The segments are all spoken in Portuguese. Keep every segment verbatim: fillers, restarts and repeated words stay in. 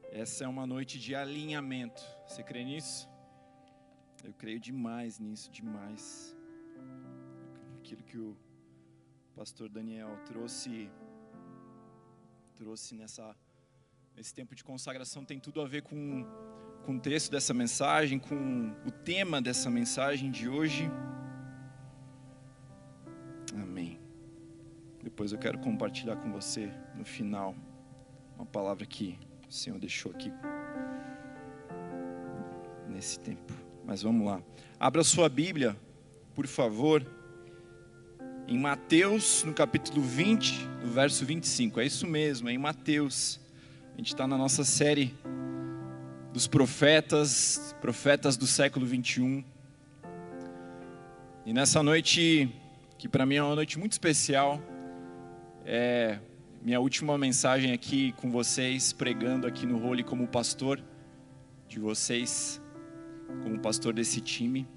Essa é uma noite de alinhamento. Você crê nisso? Eu creio demais nisso, demais. Aquilo que o pastor Daniel trouxe, trouxe nessa, nesse tempo de consagração tem tudo a ver com, com o texto dessa mensagem, com o tema dessa mensagem de hoje. Amém. Depois eu quero compartilhar com você no final uma palavra que o Senhor deixou aqui nesse tempo. Mas vamos lá. Abra sua Bíblia, por favor, em Mateus, no capítulo vinte, no verso vinte e cinco. É isso mesmo, é em Mateus. A gente está na nossa série dos profetas, profetas do século vinte e um. E nessa noite, que para mim é uma noite muito especial, é minha última mensagem aqui com vocês, pregando aqui no Holy como pastor de vocês, como pastor desse time.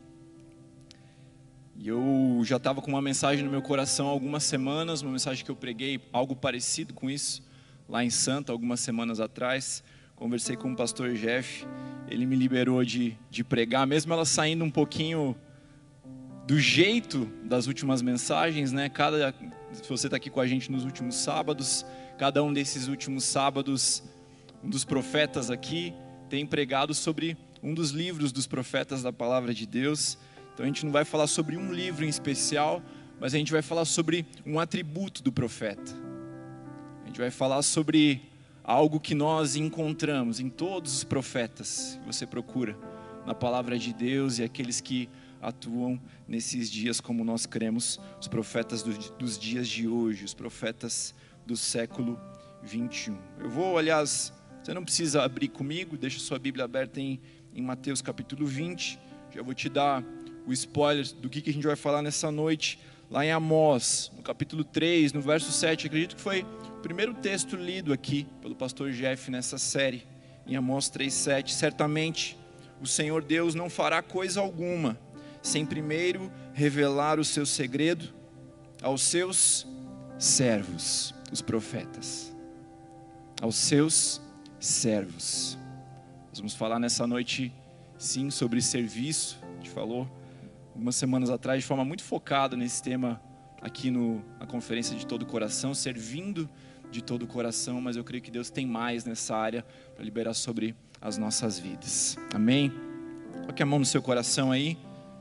E eu já estava com uma mensagem no meu coração há algumas semanas, uma mensagem que eu preguei, algo parecido com isso, lá em Santa, algumas semanas atrás. Conversei com o pastor Jeff, ele me liberou de, de pregar, mesmo ela saindo um pouquinho do jeito das últimas mensagens, né? Cada, se você está aqui com a gente nos últimos sábados, cada um desses últimos sábados, um dos profetas aqui tem pregado sobre um dos livros dos profetas da palavra de Deus. Então a gente não vai falar sobre um livro em especial, mas a gente vai falar sobre um atributo do profeta. A gente vai falar sobre algo que nós encontramos em todos os profetas que você procura na palavra de Deus e aqueles que atuam nesses dias como nós cremos, os profetas do, dos dias de hoje, os profetas do século vinte e um. Eu vou, aliás, você não precisa abrir comigo, deixa sua Bíblia aberta em, em Mateus capítulo vinte, já vou te dar o spoiler do que, que a gente vai falar nessa noite, lá em Amós, no capítulo três, no verso sete, acredito que foi o primeiro texto lido aqui pelo pastor Jeff nessa série, em Amós três, sete, certamente o Senhor Deus não fará coisa alguma, sem primeiro revelar o seu segredo aos seus servos, os profetas, aos seus servos. Nós vamos falar nessa noite, sim, sobre serviço. A gente falou algumas semanas atrás de forma muito focada nesse tema aqui no, na conferência de todo o coração, servindo de todo o coração, mas eu creio que Deus tem mais nessa área para liberar sobre as nossas vidas. Amém? Coloque a mão no seu coração aí.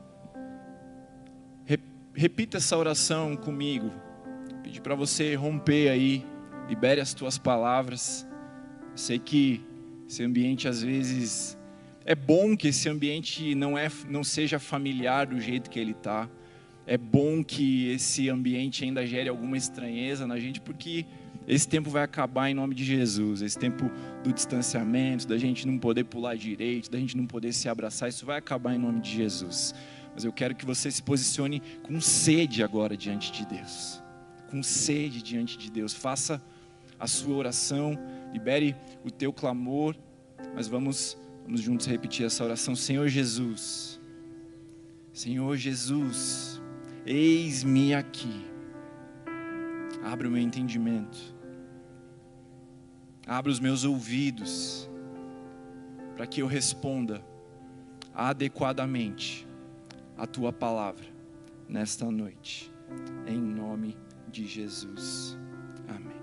Repita essa oração comigo. Pedi para você romper aí, libere as tuas palavras. Eu sei que esse ambiente às vezes é bom que esse ambiente não é, não seja familiar do jeito que ele está. É bom que esse ambiente ainda gere alguma estranheza na gente, porque esse tempo vai acabar em nome de Jesus. Esse tempo do distanciamento, da gente não poder pular direito, da gente não poder se abraçar, isso vai acabar em nome de Jesus. Mas eu quero que você se posicione com sede agora diante de Deus. Com sede diante de Deus. Faça a sua oração, libere o teu clamor. Mas vamos, vamos juntos repetir essa oração. Senhor Jesus, Senhor Jesus, eis-me aqui. Abra o meu entendimento. Abra os meus ouvidos, para que eu responda adequadamente a tua palavra nesta noite, em nome de Jesus, amém.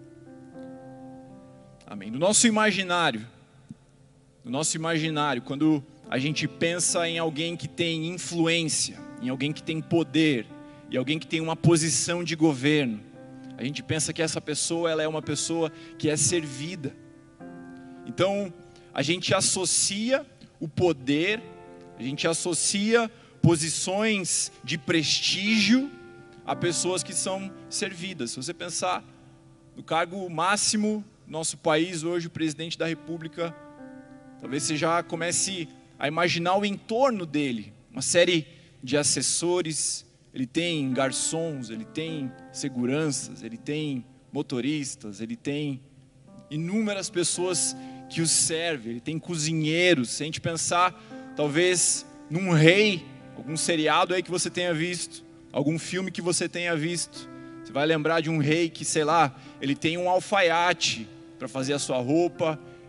Amém. No nosso imaginário, no nosso imaginário, quando a gente pensa em alguém que tem influência, em alguém que tem poder, e alguém que tem uma posição de governo, a gente pensa que essa pessoa, ela é uma pessoa que é servida. Então, a gente associa o poder, a gente associa posições de prestígio a pessoas que são servidas. Se você pensar no cargo máximo do nosso país hoje, o presidente da República, talvez você já comece a imaginar o entorno dele, uma série de assessores, ele tem garçons, ele tem seguranças, ele tem motoristas, ele tem inúmeras pessoas que o servem, ele tem cozinheiros. Se a gente pensar talvez num rei, algum seriado aí que você tenha visto, algum filme que você tenha visto, você vai lembrar de um rei que, sei lá, ele tem um alfaiate para fazer a sua roupa,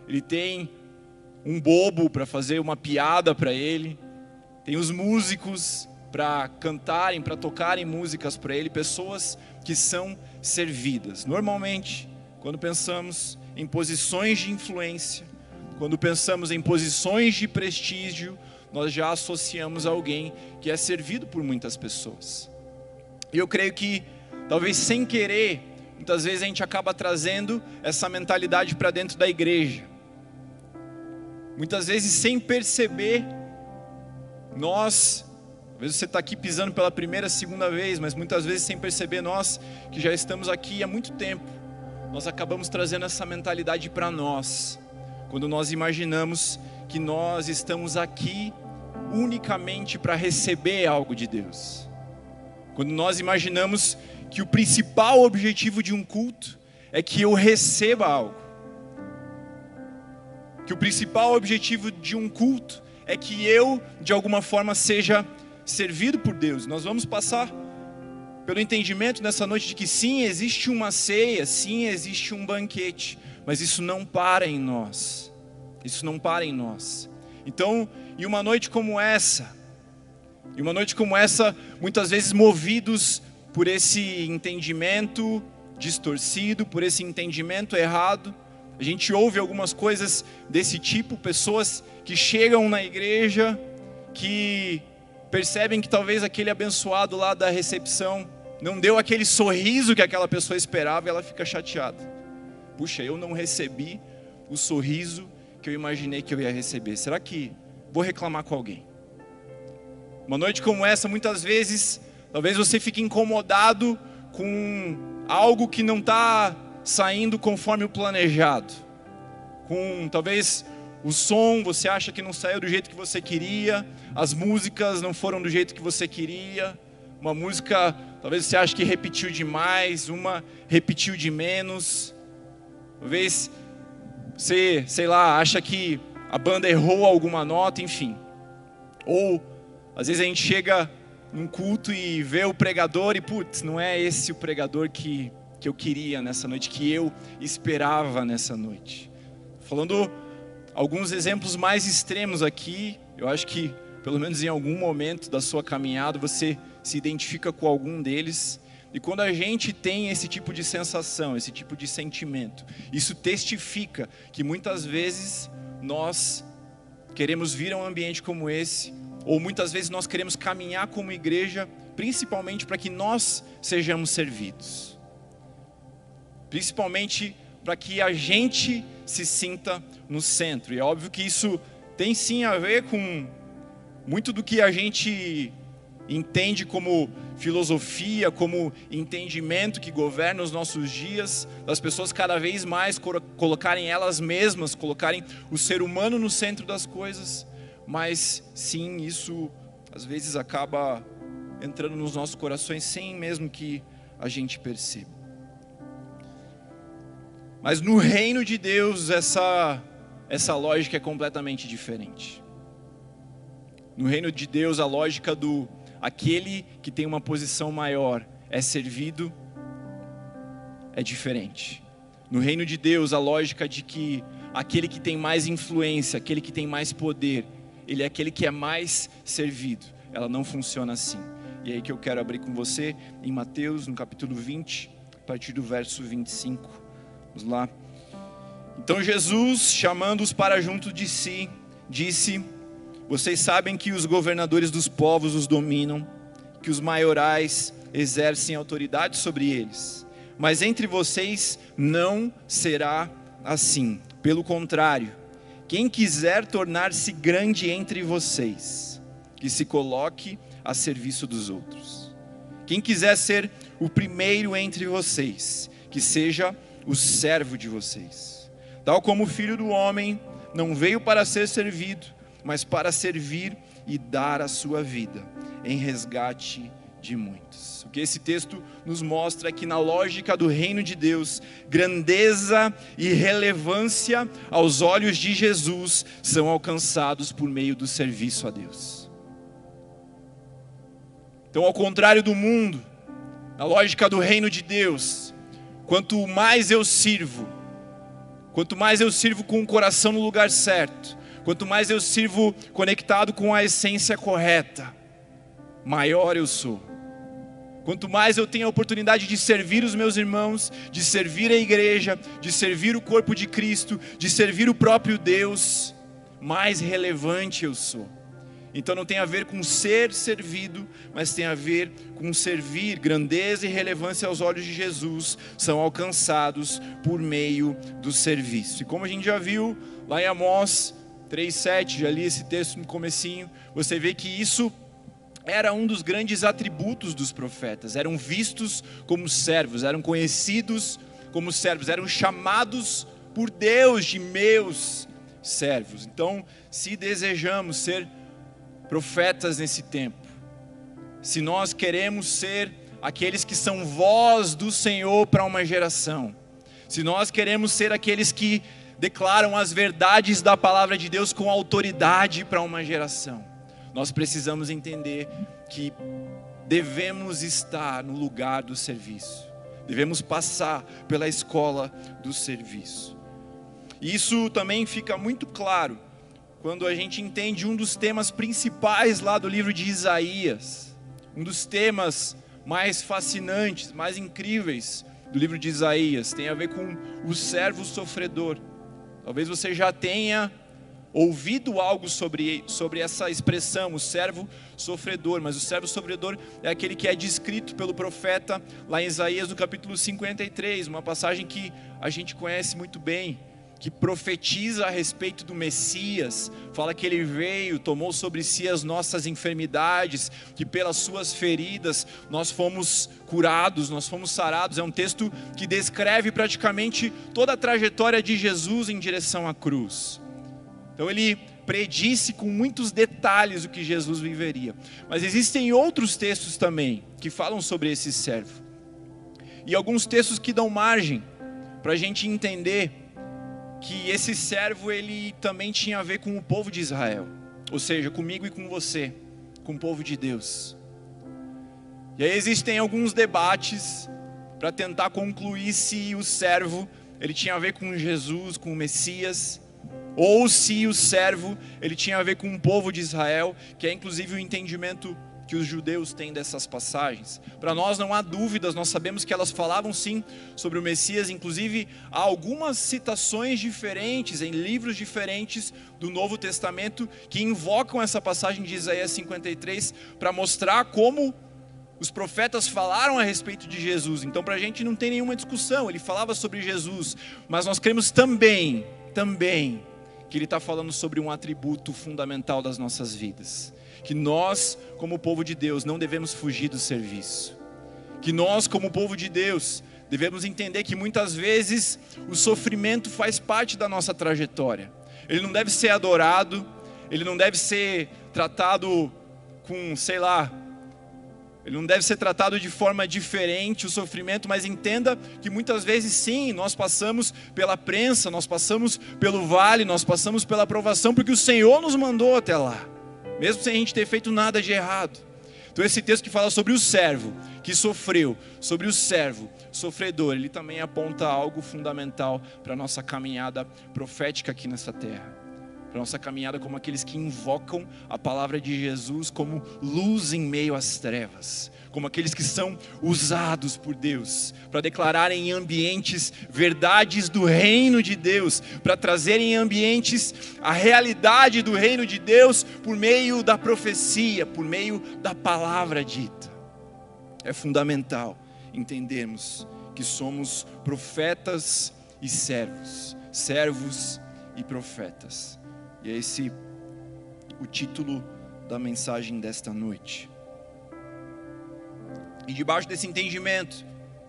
ele tem um bobo para fazer uma piada para ele, tem os músicos para cantarem, para tocarem músicas para ele, pessoas que são servidas. Normalmente, quando pensamos em posições de influência, quando pensamos em posições de prestígio, nós já associamos a alguém que é servido por muitas pessoas. E eu creio que, talvez sem querer, muitas vezes a gente acaba trazendo essa mentalidade para dentro da igreja. Muitas vezes sem perceber, nós, às vezes você está aqui pisando pela primeira, segunda vez, mas muitas vezes sem perceber, nós que já estamos aqui há muito tempo, nós acabamos trazendo essa mentalidade para nós, quando nós imaginamos que nós estamos aqui unicamente para receber algo de Deus. Quando nós imaginamos que o principal objetivo de um culto é que eu receba algo. Que o principal objetivo de um culto é que eu, de alguma forma, seja servido por Deus. Nós vamos passar pelo entendimento nessa noite de que sim, existe uma ceia, sim, existe um banquete, mas isso não para em nós. Isso não para em nós. Então, em uma noite como essa, em uma noite como essa, muitas vezes movidos por esse entendimento distorcido, por esse entendimento errado, a gente ouve algumas coisas desse tipo, pessoas que chegam na igreja, que percebem que talvez aquele abençoado lá da recepção não deu aquele sorriso que aquela pessoa esperava, e ela fica chateada. Puxa, eu não recebi o sorriso que eu imaginei que eu ia receber. Será que vou reclamar com alguém? Uma noite como essa, muitas vezes, talvez você fique incomodado com algo que não está saindo conforme o planejado. Com talvez o som, você acha que não saiu do jeito que você queria, as músicas não foram do jeito que você queria, uma música, talvez você ache que repetiu demais, uma repetiu de menos, talvez você, sei lá, acha que a banda errou alguma nota, enfim. Ou, às vezes a gente chega num culto e vê o pregador e, putz, não é esse o pregador que, que eu queria nessa noite, que eu esperava nessa noite. Falando alguns exemplos mais extremos aqui, eu acho que, pelo menos em algum momento da sua caminhada, você se identifica com algum deles. E quando a gente tem esse tipo de sensação, esse tipo de sentimento, isso testifica que muitas vezes nós queremos vir a um ambiente como esse, ou muitas vezes nós queremos caminhar como igreja, principalmente para que nós sejamos servidos. Principalmente para que a gente se sinta no centro. E é óbvio que isso tem sim a ver com muito do que a gente entende como filosofia, como entendimento que governa os nossos dias, das pessoas cada vez mais colocarem elas mesmas, colocarem o ser humano no centro das coisas, mas sim, isso às vezes acaba entrando nos nossos corações sem mesmo que a gente perceba. Mas no reino de Deus, essa, essa lógica é completamente diferente. No reino de Deus, a lógica do aquele que tem uma posição maior é servido é diferente. No reino de Deus, a lógica de que aquele que tem mais influência, aquele que tem mais poder, ele é aquele que é mais servido. Ela não funciona assim. E é aí que eu quero abrir com você em Mateus, no capítulo vinte, a partir do verso vinte e cinco. Vamos lá. Então Jesus, chamando-os para junto de si, disse: vocês sabem que os governadores dos povos os dominam, que os maiorais exercem autoridade sobre eles. Mas entre vocês não será assim. Pelo contrário, quem quiser tornar-se grande entre vocês, que se coloque a serviço dos outros. Quem quiser ser o primeiro entre vocês, que seja o servo de vocês. Tal como o Filho do Homem não veio para ser servido, mas para servir e dar a sua vida em resgate de muitos. O que esse texto nos mostra é que na lógica do reino de Deus, grandeza e relevância aos olhos de Jesus são alcançados por meio do serviço a Deus. Então, ao contrário do mundo, na lógica do reino de Deus, quanto mais eu sirvo, quanto mais eu sirvo com o coração no lugar certo, quanto mais eu sirvo conectado com a essência correta, maior eu sou. Quanto mais eu tenho a oportunidade de servir os meus irmãos, de servir a igreja, de servir o corpo de Cristo, de servir o próprio Deus, mais relevante eu sou. Então não tem a ver com ser servido, mas tem a ver com servir. Grandeza e relevância aos olhos de Jesus são alcançados por meio do serviço. E como a gente já viu lá em Amós três, sete, já li esse texto no comecinho, você vê que isso era um dos grandes atributos dos profetas. Eram vistos como servos, eram conhecidos como servos, eram chamados por Deus de meus servos. Então, se desejamos ser profetas nesse tempo, se nós queremos ser aqueles que são voz do Senhor para uma geração, se nós queremos ser aqueles que declaram as verdades da palavra de Deus com autoridade para uma geração, nós precisamos entender que devemos estar no lugar do serviço, devemos passar pela escola do serviço. E isso também fica muito claro quando a gente entende um dos temas principais lá do livro de Isaías, um dos temas mais fascinantes, mais incríveis do livro de Isaías, tem a ver com o servo sofredor. Talvez você já tenha ouvido algo sobre, sobre essa expressão, o servo sofredor, mas o servo sofredor é aquele que é descrito pelo profeta lá em Isaías no capítulo cinquenta e três, uma passagem que a gente conhece muito bem, que profetiza a respeito do Messias, fala que ele veio, tomou sobre si as nossas enfermidades, que pelas suas feridas nós fomos curados, nós fomos sarados. É um texto que descreve praticamente toda a trajetória de Jesus em direção à cruz. Então ele predisse com muitos detalhes o que Jesus viveria. Mas existem outros textos também que falam sobre esse servo. E alguns textos que dão margem para a gente entender que esse servo ele também tinha a ver com o povo de Israel. Ou seja, comigo e com você, com o povo de Deus. E aí existem alguns debates para tentar concluir se o servo ele tinha a ver com Jesus, com o Messias, ou se o servo ele tinha a ver com o povo de Israel, que é inclusive o entendimento que os judeus têm dessas passagens. Para nós não há dúvidas, nós sabemos que elas falavam sim sobre o Messias. Inclusive há algumas citações diferentes em livros diferentes do Novo Testamento que invocam essa passagem de Isaías cinquenta e três para mostrar como os profetas falaram a respeito de Jesus. Então para a gente não tem nenhuma discussão, ele falava sobre Jesus, mas nós cremos também, também que ele está falando sobre um atributo fundamental das nossas vidas, que nós como povo de Deus não devemos fugir do serviço, que nós como povo de Deus devemos entender que muitas vezes o sofrimento faz parte da nossa trajetória. Ele não deve ser adorado, ele não deve ser tratado com, sei lá, ele não deve ser tratado de forma diferente, o sofrimento, mas entenda que muitas vezes sim, nós passamos pela prensa, nós passamos pelo vale, nós passamos pela provação, porque o Senhor nos mandou até lá, mesmo sem a gente ter feito nada de errado. Então esse texto que fala sobre o servo que sofreu, sobre o servo sofredor, ele também aponta algo fundamental para a nossa caminhada profética aqui nessa terra. Para a nossa caminhada como aqueles que invocam a palavra de Jesus como luz em meio às trevas, como aqueles que são usados por Deus para declararem em ambientes verdades do reino de Deus, para trazerem em ambientes a realidade do reino de Deus por meio da profecia, por meio da palavra dita. É fundamental entendermos que somos profetas e servos, servos e profetas. E é esse o título da mensagem desta noite. E debaixo desse entendimento,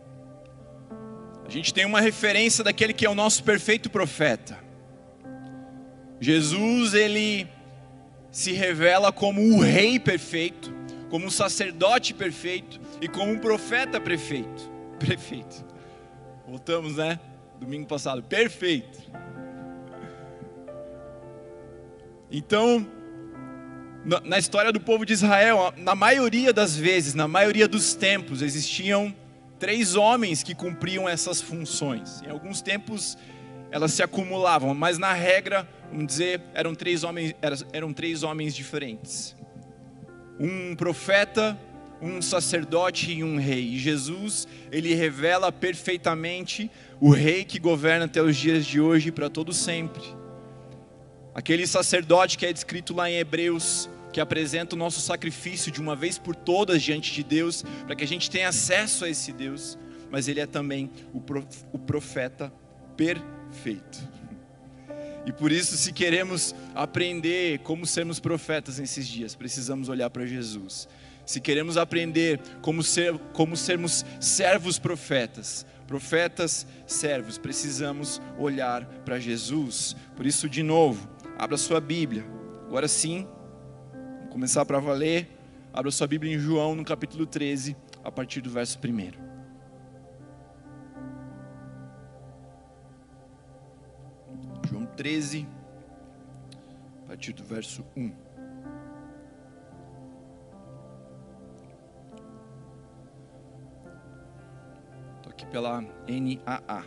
a gente tem uma referência daquele que é o nosso perfeito profeta. Jesus, ele se revela como o rei perfeito, como um sacerdote perfeito e como um profeta perfeito. Perfeito. Voltamos, né? Domingo passado. Perfeito. Então, na história do povo de Israel, na maioria das vezes, na maioria dos tempos, existiam três homens que cumpriam essas funções. Em alguns tempos, elas se acumulavam, mas na regra, vamos dizer, eram três homens, eram três homens diferentes. Um profeta, um sacerdote e um rei. E Jesus, ele revela perfeitamente o rei que governa até os dias de hoje e para todo sempre. Aquele sacerdote que é descrito lá em Hebreus, que apresenta o nosso sacrifício de uma vez por todas diante de Deus, para que a gente tenha acesso a esse Deus, mas ele é também o profeta perfeito. E por isso, se queremos aprender como sermos profetas nesses dias, precisamos olhar para Jesus. Se queremos aprender como, ser, como sermos servos profetas, profetas servos, precisamos olhar para Jesus. Por isso, de novo, abra sua Bíblia. Agora sim, vamos começar para valer. Abra sua Bíblia em João, no capítulo treze, a partir do verso primeiro. João treze, a partir do verso um. Estou aqui pela N A A.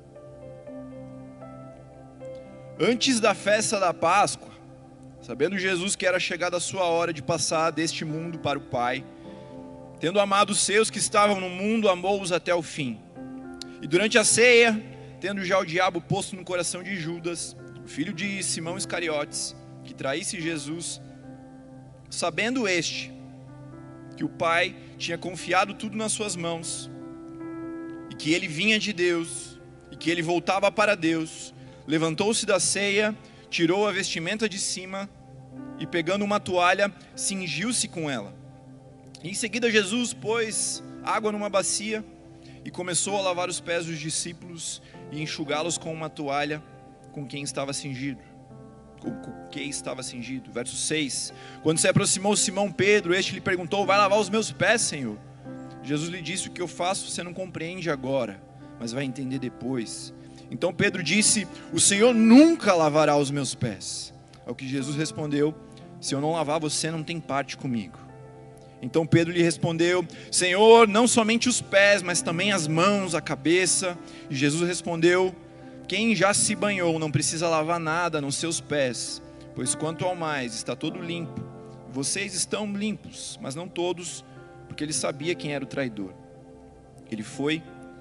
Antes da festa da Páscoa, sabendo Jesus que era chegada a sua hora de passar deste mundo para o Pai, tendo amado os seus que estavam no mundo, amou-os até o fim. E durante a ceia, tendo já o diabo posto no coração de Judas, o filho de Simão Iscariotes, que traísse Jesus, sabendo este, que o Pai tinha confiado tudo nas suas mãos, e que ele vinha de Deus, e que ele voltava para Deus, levantou-se da ceia, tirou a vestimenta de cima, e pegando uma toalha, cingiu-se com ela. Em seguida Jesus pôs água numa bacia, e começou a lavar os pés dos discípulos, e enxugá-los com uma toalha com quem estava cingido. Com, com quem estava cingido. Verso seis. Quando se aproximou Simão Pedro, este lhe perguntou: vai lavar os meus pés, Senhor? Jesus lhe disse: o que eu faço você não compreende agora, mas vai entender depois. Então Pedro disse: o Senhor nunca lavará os meus pés. Ao que Jesus respondeu: se eu não lavar, você não tem parte comigo. Então Pedro lhe respondeu: Senhor, não somente os pés, mas também as mãos, a cabeça. E Jesus respondeu: quem já se banhou não precisa lavar nada nos seus pés, pois quanto ao mais está todo limpo. Vocês estão limpos, mas não todos, porque ele sabia quem era o traidor. Ele foi,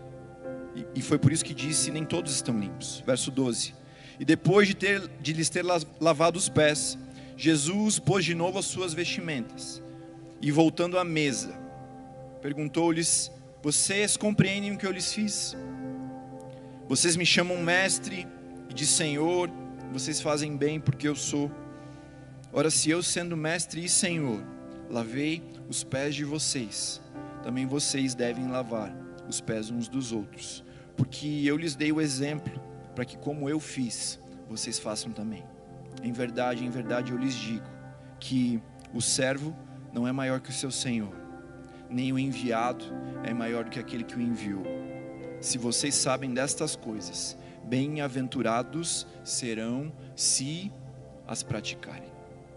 e foi por isso que disse: nem todos estão limpos. Verso doze. E depois de, ter, de lhes ter lavado os pés, Jesus pôs de novo as suas vestimentas. E voltando à mesa, perguntou-lhes: vocês compreendem o que eu lhes fiz? Vocês me chamam mestre e de Senhor, vocês fazem bem porque eu sou. Ora, se eu, sendo mestre e Senhor, lavei os pés de vocês, também vocês devem lavar os pés uns dos outros, porque eu lhes dei o exemplo, para que como eu fiz, vocês façam também. Em verdade, em verdade eu lhes digo, que o servo não é maior que o seu Senhor, nem o enviado é maior do que aquele que o enviou. Se vocês sabem destas coisas, bem-aventurados serão se as praticarem.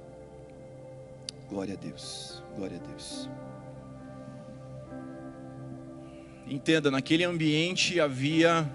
Glória a Deus, glória a Deus. Entenda, naquele ambiente havia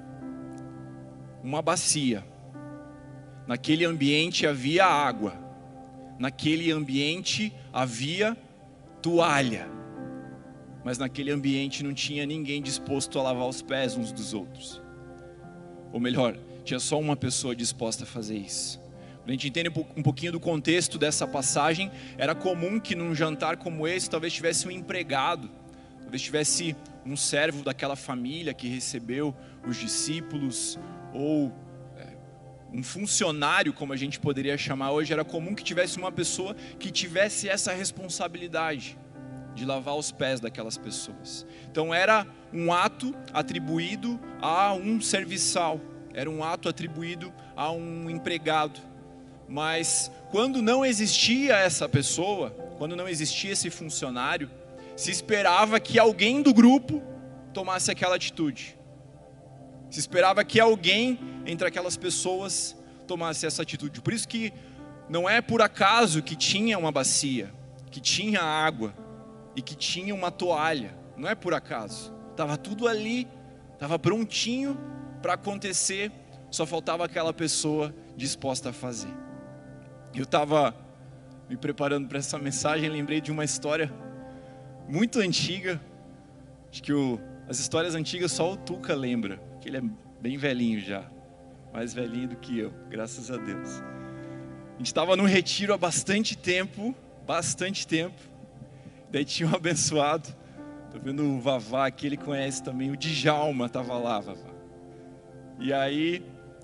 uma bacia, naquele ambiente havia água, naquele ambiente havia toalha, mas naquele ambiente não tinha ninguém disposto a lavar os pés uns dos outros. Ou melhor, tinha só uma pessoa disposta a fazer isso. Quando a gente entende um pouquinho do contexto dessa passagem, era comum que num jantar como esse, talvez tivesse um empregado, talvez tivesse um servo daquela família que recebeu os discípulos, ou um funcionário, como a gente poderia chamar hoje. Era comum que tivesse uma pessoa que tivesse essa responsabilidade de lavar os pés daquelas pessoas. Então era um ato atribuído a um serviçal, era um ato atribuído a um empregado. Mas quando não existia essa pessoa, quando não existia esse funcionário, se esperava que alguém do grupo tomasse aquela atitude. Se esperava que alguém entre aquelas pessoas tomasse essa atitude. Por isso que não é por acaso que tinha uma bacia, que tinha água e que tinha uma toalha. Não é por acaso. Estava tudo ali, estava prontinho para acontecer só faltava aquela pessoa disposta a fazer. Eu estava me preparando para essa mensagem, lembrei de uma história muito antiga. Acho que o, as histórias antigas só o Tuca lembra, que ele é bem velhinho já, mais velhinho do que eu, graças a Deus. A gente estava num retiro há bastante tempo, bastante tempo. Daí tinha um abençoado, tô vendo o Vavá aqui, ele conhece também, o Djalma estava lá, Vavá. E aí,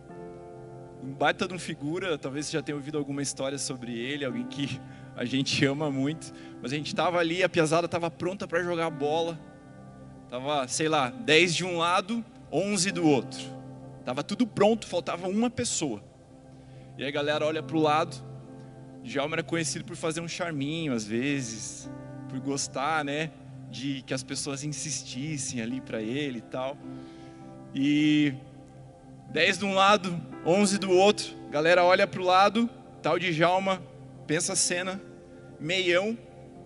um baita de um figura, talvez você já tenha ouvido alguma história sobre ele, alguém que a gente ama muito. Mas a gente estava ali, a piazada estava pronta para jogar bola. Tava, sei lá, dez de um lado, onze do outro. Tava tudo pronto, faltava uma pessoa. E aí a galera olha para o lado. Djalma era conhecido por fazer um charminho às vezes, por gostar, né, de que as pessoas insistissem ali para ele e tal. E dez de um lado, onze do outro. A galera olha para o lado, tal Djalma, pensa a cena, meião,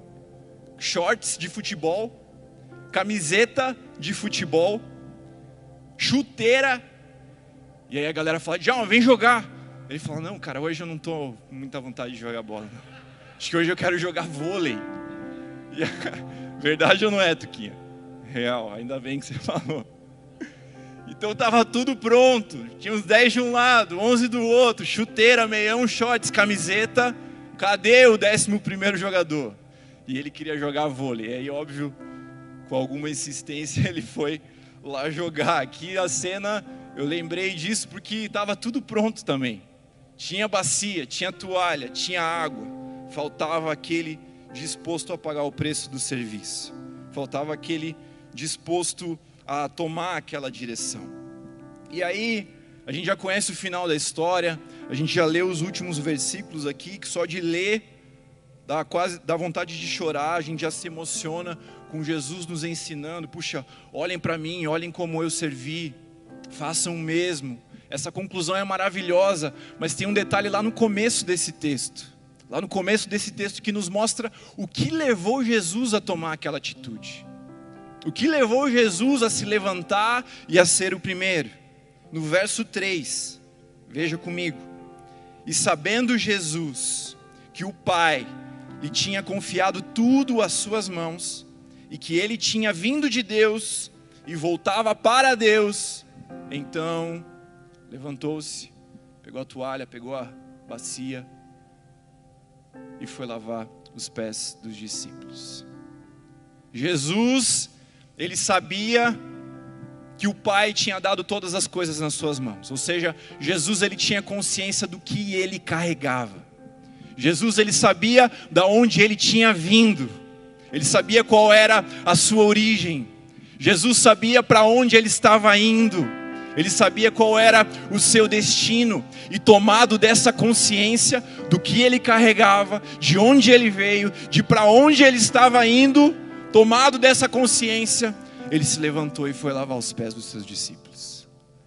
shorts de futebol, camiseta de futebol, chuteira. E aí a galera fala: Djalma, vem jogar. Ele fala: não, cara, hoje eu não tô com muita vontade de jogar bola, não. Acho que hoje eu quero jogar vôlei. E a... verdade ou não é, Tuquinha? Real, ainda bem que você falou. Então tava tudo pronto, tinha uns dez de um lado, onze do outro, chuteira, meião, shorts, camiseta. Cadê o décimo primeiro jogador? E ele queria jogar vôlei. E aí, óbvio, com alguma insistência, ele foi lá jogar. Aqui a cena, eu lembrei disso porque estava tudo pronto também. Tinha bacia, tinha toalha, tinha água. Faltava aquele disposto a pagar o preço do serviço. Faltava aquele disposto a tomar aquela direção. E aí, a gente já conhece o final da história. A gente já leu os últimos versículos aqui, que só de ler dá quase dá vontade de chorar. A gente já se emociona com Jesus nos ensinando: puxa, olhem para mim, olhem como eu servi, façam o mesmo. Essa conclusão é maravilhosa, mas tem um detalhe lá no começo desse texto. Lá no começo desse texto que nos mostra o que levou Jesus a tomar aquela atitude. O que levou Jesus a se levantar e a ser o primeiro. No verso três, veja comigo. E sabendo Jesus que o Pai lhe tinha confiado tudo às suas mãos, e que ele tinha vindo de Deus e voltava para Deus, então levantou-se, pegou a toalha, pegou a bacia e foi lavar os pés dos discípulos. Jesus, ele sabia que o Pai tinha dado todas as coisas nas suas mãos. Ou seja, Jesus, ele tinha consciência do que ele carregava. Jesus, ele sabia de onde ele tinha vindo. Ele sabia qual era a sua origem. Jesus sabia para onde ele estava indo. Ele sabia qual era o seu destino. E tomado dessa consciência do que ele carregava, de onde ele veio, de para onde ele estava indo, tomado dessa consciência, ele se levantou e foi lavar os pés dos seus discípulos.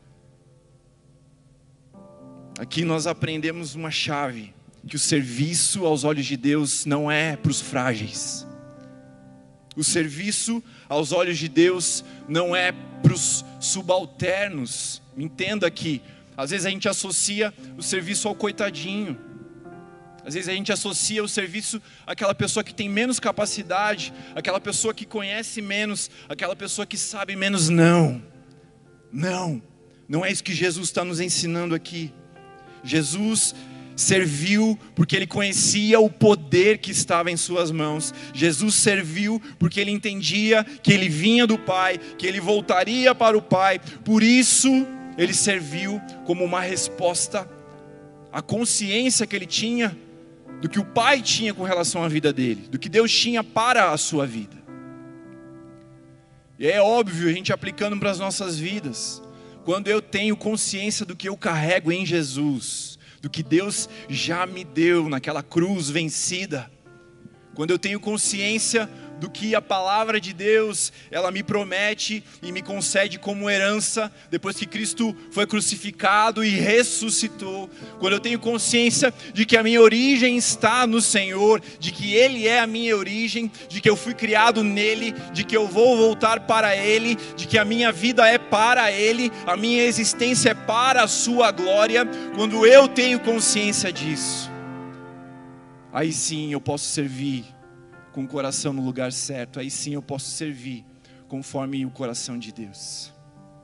Aqui nós aprendemos uma chave, que o serviço aos olhos de Deus não é para os frágeis. O serviço aos olhos de Deus não é para os subalternos. Entenda que às vezes a gente associa o serviço ao coitadinho. Às vezes a gente associa o serviço àquela pessoa que tem menos capacidade, aquela pessoa que conhece menos, aquela pessoa que sabe menos. Não, não, não é isso que Jesus está nos ensinando aqui. Jesus serviu porque ele conhecia o poder que estava em suas mãos. Jesus serviu porque ele entendia que ele vinha do Pai, que ele voltaria para o Pai. Por isso ele serviu como uma resposta à consciência que ele tinha do que o Pai tinha com relação à vida dele, do que Deus tinha para a sua vida. E é óbvio, a gente aplicando para as nossas vidas, quando eu tenho consciência do que eu carrego em Jesus, do que Deus já me deu naquela cruz vencida, quando eu tenho consciência do que a palavra de Deus, ela me promete e me concede como herança, depois que Cristo foi crucificado e ressuscitou. Quando eu tenho consciência de que a minha origem está no Senhor, de que Ele é a minha origem, de que eu fui criado nele, de que eu vou voltar para Ele, de que a minha vida é para Ele, a minha existência é para a sua glória. Quando eu tenho consciência disso, aí sim eu posso servir com o coração no lugar certo. Aí sim eu posso servir conforme o coração de Deus.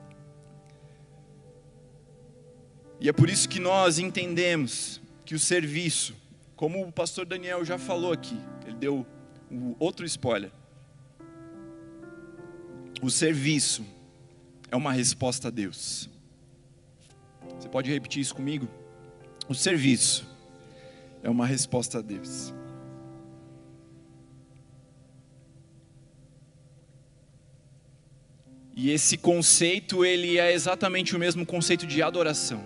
E é por isso que nós entendemos que o serviço, como o pastor Daniel já falou aqui, ele deu um outro spoiler. O serviço é uma resposta a Deus. Você pode repetir isso comigo? O serviço é uma resposta a Deus. E esse conceito, ele é exatamente o mesmo conceito de adoração.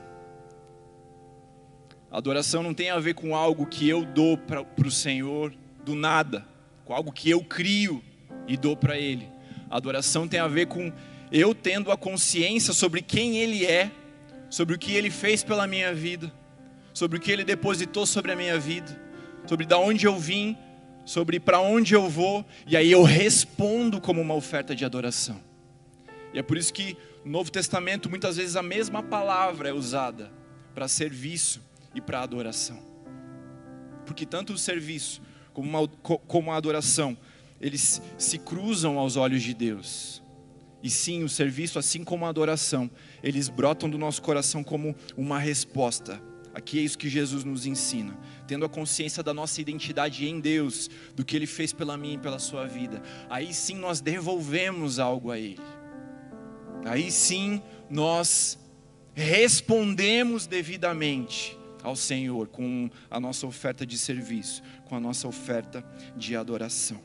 Adoração não tem a ver com algo que eu dou para o Senhor do nada, com algo que eu crio e dou para Ele. Adoração tem a ver com eu tendo a consciência sobre quem Ele é, sobre o que Ele fez pela minha vida, sobre o que Ele depositou sobre a minha vida, sobre de onde eu vim, sobre para onde eu vou, e aí eu respondo como uma oferta de adoração. E é por isso que no Novo Testamento muitas vezes a mesma palavra é usada para serviço e para adoração. Porque tanto o serviço como, uma, como a adoração, eles se cruzam aos olhos de Deus. E sim, o serviço, assim como a adoração, eles brotam do nosso coração como uma resposta. Aqui é isso que Jesus nos ensina. Tendo a consciência da nossa identidade em Deus, do que Ele fez pela minha e pela sua vida, aí sim nós devolvemos algo a Ele. Aí sim nós respondemos devidamente ao Senhor com a nossa oferta de serviço, com a nossa oferta de adoração.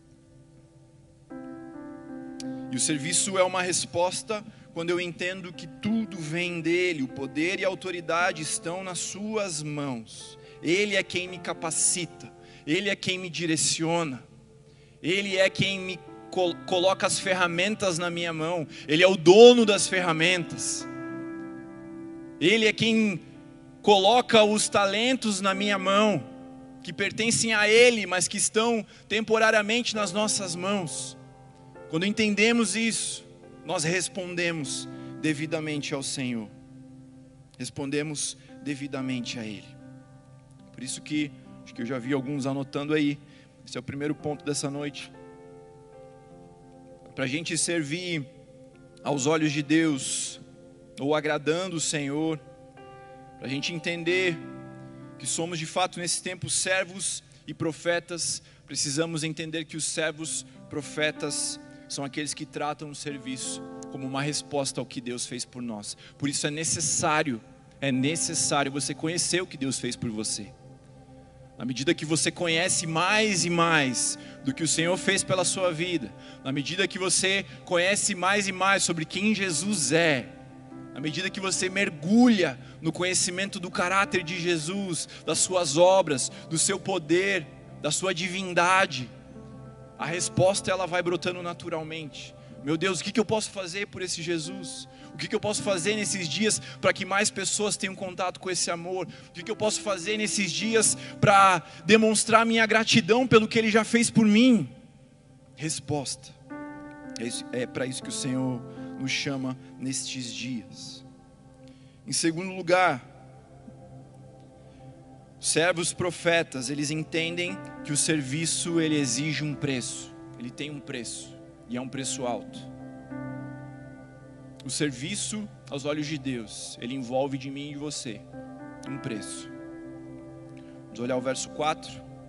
E o serviço é uma resposta quando eu entendo que tudo vem dele, o poder e a autoridade estão nas suas mãos. Ele é quem me capacita, Ele é quem me direciona, Ele é quem me col- coloca as ferramentas na minha mão, Ele é o dono das ferramentas, Ele é quem coloca os talentos na minha mão, que pertencem a Ele, mas que estão temporariamente nas nossas mãos. Quando entendemos isso, nós respondemos devidamente ao Senhor. Respondemos devidamente a Ele. Por isso que, acho que eu já vi alguns anotando aí, esse é o primeiro ponto dessa noite. Para a gente servir aos olhos de Deus, ou agradando o Senhor, para a gente entender que somos de fato nesse tempo servos e profetas, precisamos entender que os servos profetas são aqueles que tratam o serviço como uma resposta ao que Deus fez por nós. Por isso é necessário, é necessário você conhecer o que Deus fez por você. Na medida que você conhece mais e mais do que o Senhor fez pela sua vida, na medida que você conhece mais e mais sobre quem Jesus é, na medida que você mergulha no conhecimento do caráter de Jesus, das suas obras, do seu poder, da sua divindade, a resposta ela vai brotando naturalmente. Meu Deus, o que eu posso fazer por esse Jesus? O que eu posso fazer nesses dias para que mais pessoas tenham contato com esse amor? O que eu posso fazer nesses dias para demonstrar minha gratidão pelo que Ele já fez por mim? Resposta. É, isso, é para isso que o Senhor nos chama nestes dias. Em segundo lugar, servos profetas, eles entendem que o serviço ele exige um preço. Ele tem um preço, e é um preço alto. O serviço aos olhos de Deus, ele envolve de mim e de você um preço. Vamos olhar o verso quatro.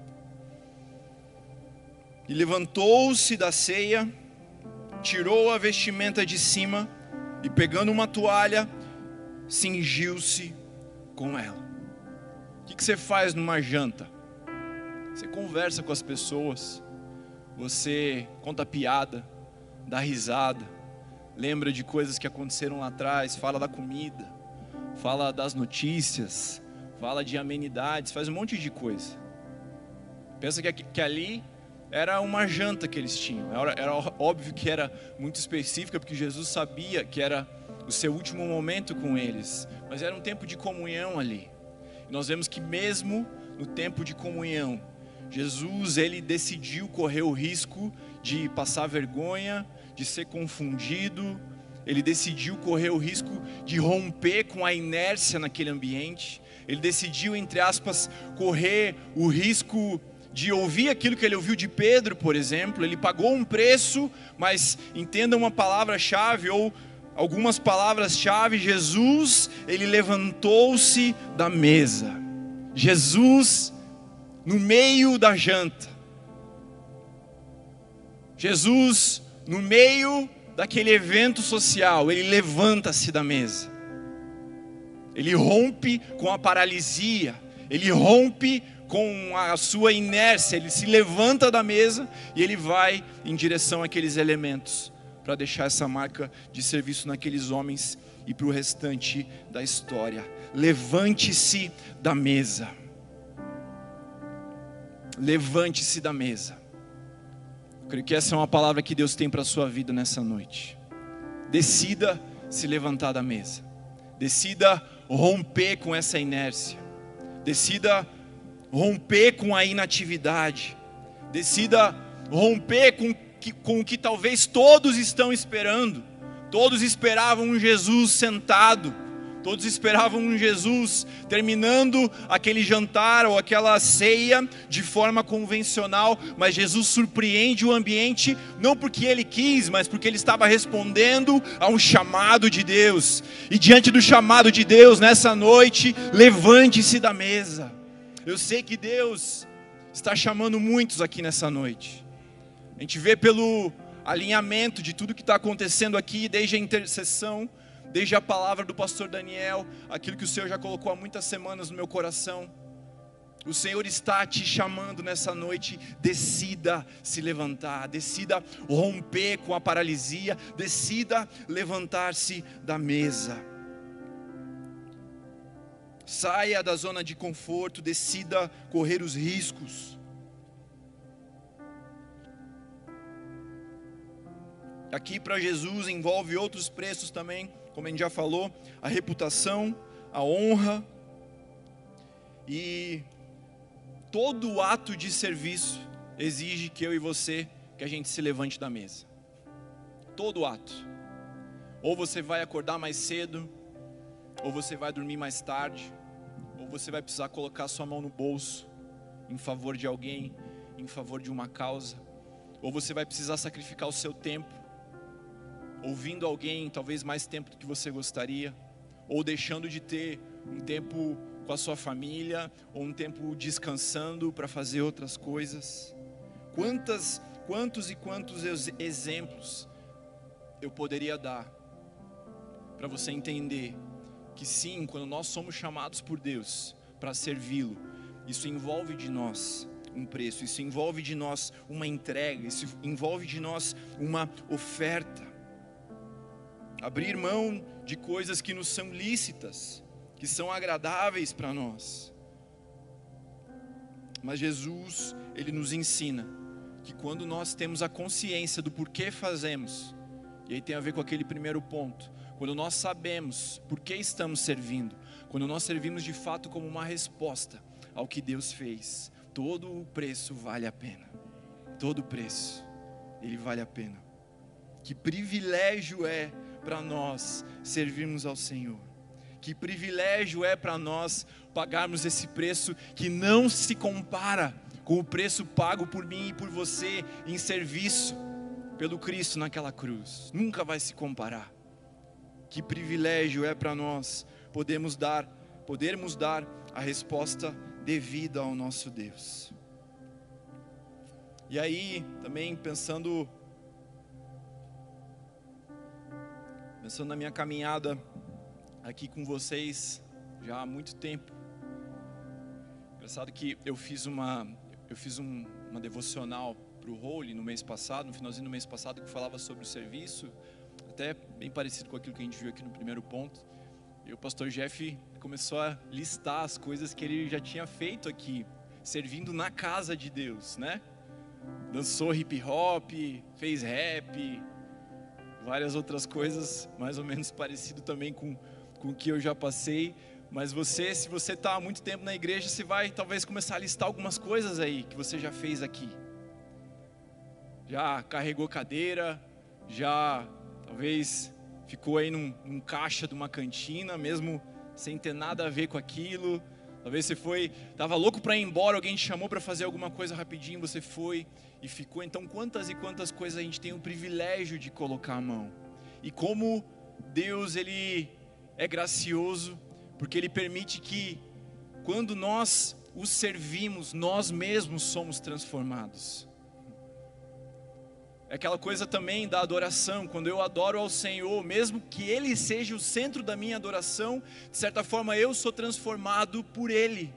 E levantou-se da ceia, tirou a vestimenta de cima e pegando uma toalha, cingiu-se com ela. O que, que você faz numa janta? Você conversa com as pessoas, você conta piada, dá risada, lembra de coisas que aconteceram lá atrás, fala da comida, fala das notícias, fala de amenidades, faz um monte de coisa. Pensa que, que ali era uma janta que eles tinham. Era, era óbvio que era muito específica, porque Jesus sabia que era o seu último momento com eles. Mas era um tempo de comunhão ali. E nós vemos que mesmo no tempo de comunhão, Jesus, ele decidiu correr o risco de passar vergonha, de ser confundido. Ele decidiu correr o risco de romper com a inércia naquele ambiente. Ele decidiu, entre aspas, correr o risco de ouvir aquilo que ele ouviu de Pedro, por exemplo. Ele pagou um preço, mas entenda uma palavra-chave ou algumas palavras-chave. Jesus, ele levantou-se da mesa. Jesus, no meio da janta. Jesus, no meio daquele evento social, ele levanta-se da mesa. Ele rompe com a paralisia, ele rompe com a sua inércia, ele se levanta da mesa e ele vai em direção àqueles elementos, para deixar essa marca de serviço naqueles homens e para o restante da história. Levante-se da mesa. Levante-se da mesa. Eu creio que essa é uma palavra que Deus tem para a sua vida nessa noite. Decida se levantar da mesa. Decida romper com essa inércia. Decida romper com a inatividade. Decida romper com, que, com o que talvez todos estão esperando. Todos esperavam um Jesus sentado. Todos esperavam um Jesus terminando aquele jantar ou aquela ceia de forma convencional, mas Jesus surpreende o ambiente, não porque ele quis, mas porque ele estava respondendo a um chamado de Deus. E diante do chamado de Deus, nessa noite, levante-se da mesa. Eu sei que Deus está chamando muitos aqui nessa noite. A gente vê pelo alinhamento de tudo que está acontecendo aqui, desde a intercessão, desde a palavra do pastor Daniel, aquilo que o Senhor já colocou há muitas semanas no meu coração. O Senhor está te chamando nessa noite. Decida se levantar, decida romper com a paralisia, decida levantar-se da mesa. Saia da zona de conforto, decida correr os riscos. Aqui para Jesus envolve outros preços também, como a gente já falou, a reputação, a honra e todo ato de serviço exige que eu e você, que a gente se levante da mesa. Todo ato. Ou você vai acordar mais cedo, ou você vai dormir mais tarde, ou você vai precisar colocar sua mão no bolso em favor de alguém, em favor de uma causa, ou você vai precisar sacrificar o seu tempo, ouvindo alguém talvez mais tempo do que você gostaria, ou deixando de ter um tempo com a sua família, ou um tempo descansando para fazer outras coisas. Quantas, quantos e quantos exemplos eu poderia dar para você entender que sim, quando nós somos chamados por Deus para servi-lo, isso envolve de nós um preço, isso envolve de nós uma entrega, isso envolve de nós uma oferta. Abrir mão de coisas que nos são lícitas, que são agradáveis para nós. Mas Jesus, ele nos ensina que quando nós temos a consciência do porquê fazemos, e aí tem a ver com aquele primeiro ponto, quando nós sabemos por que estamos servindo, quando nós servimos de fato como uma resposta ao que Deus fez, todo o preço vale a pena. Todo o preço, ele vale a pena. Que privilégio é para nós servirmos ao Senhor. Que privilégio é para nós pagarmos esse preço que não se compara com o preço pago por mim e por você em serviço pelo Cristo naquela cruz. Nunca vai se comparar. Que privilégio é para nós podermos dar, podermos dar a resposta devida ao nosso Deus. E aí, também pensando Pensando na minha caminhada aqui com vocês já há muito tempo. Engraçado que eu fiz uma, eu fiz um, uma devocional para o Holy no mês passado, no finalzinho do mês passado, que falava sobre o serviço, até bem parecido com aquilo que a gente viu aqui no primeiro ponto. E o pastor Jeff começou a listar as coisas que ele já tinha feito aqui, servindo na casa de Deus, né? dançou hip hop, fez rap, várias outras coisas, mais ou menos parecido também com, com o que eu já passei. Mas você, se você está há muito tempo na igreja, você vai talvez começar a listar algumas coisas aí que você já fez aqui. Já carregou cadeira, já talvez ficou aí num, num caixa de uma cantina, mesmo sem ter nada a ver com aquilo. Talvez você foi, estava louco para ir embora, alguém te chamou para fazer alguma coisa rapidinho, você foi e ficou. Então quantas e quantas coisas a gente tem o privilégio de colocar a mão. E como Deus, Ele é gracioso, porque Ele permite que quando nós o servimos, nós mesmos somos transformados. É aquela coisa também da adoração, quando eu adoro ao Senhor, mesmo que Ele seja o centro da minha adoração, de certa forma eu sou transformado por Ele.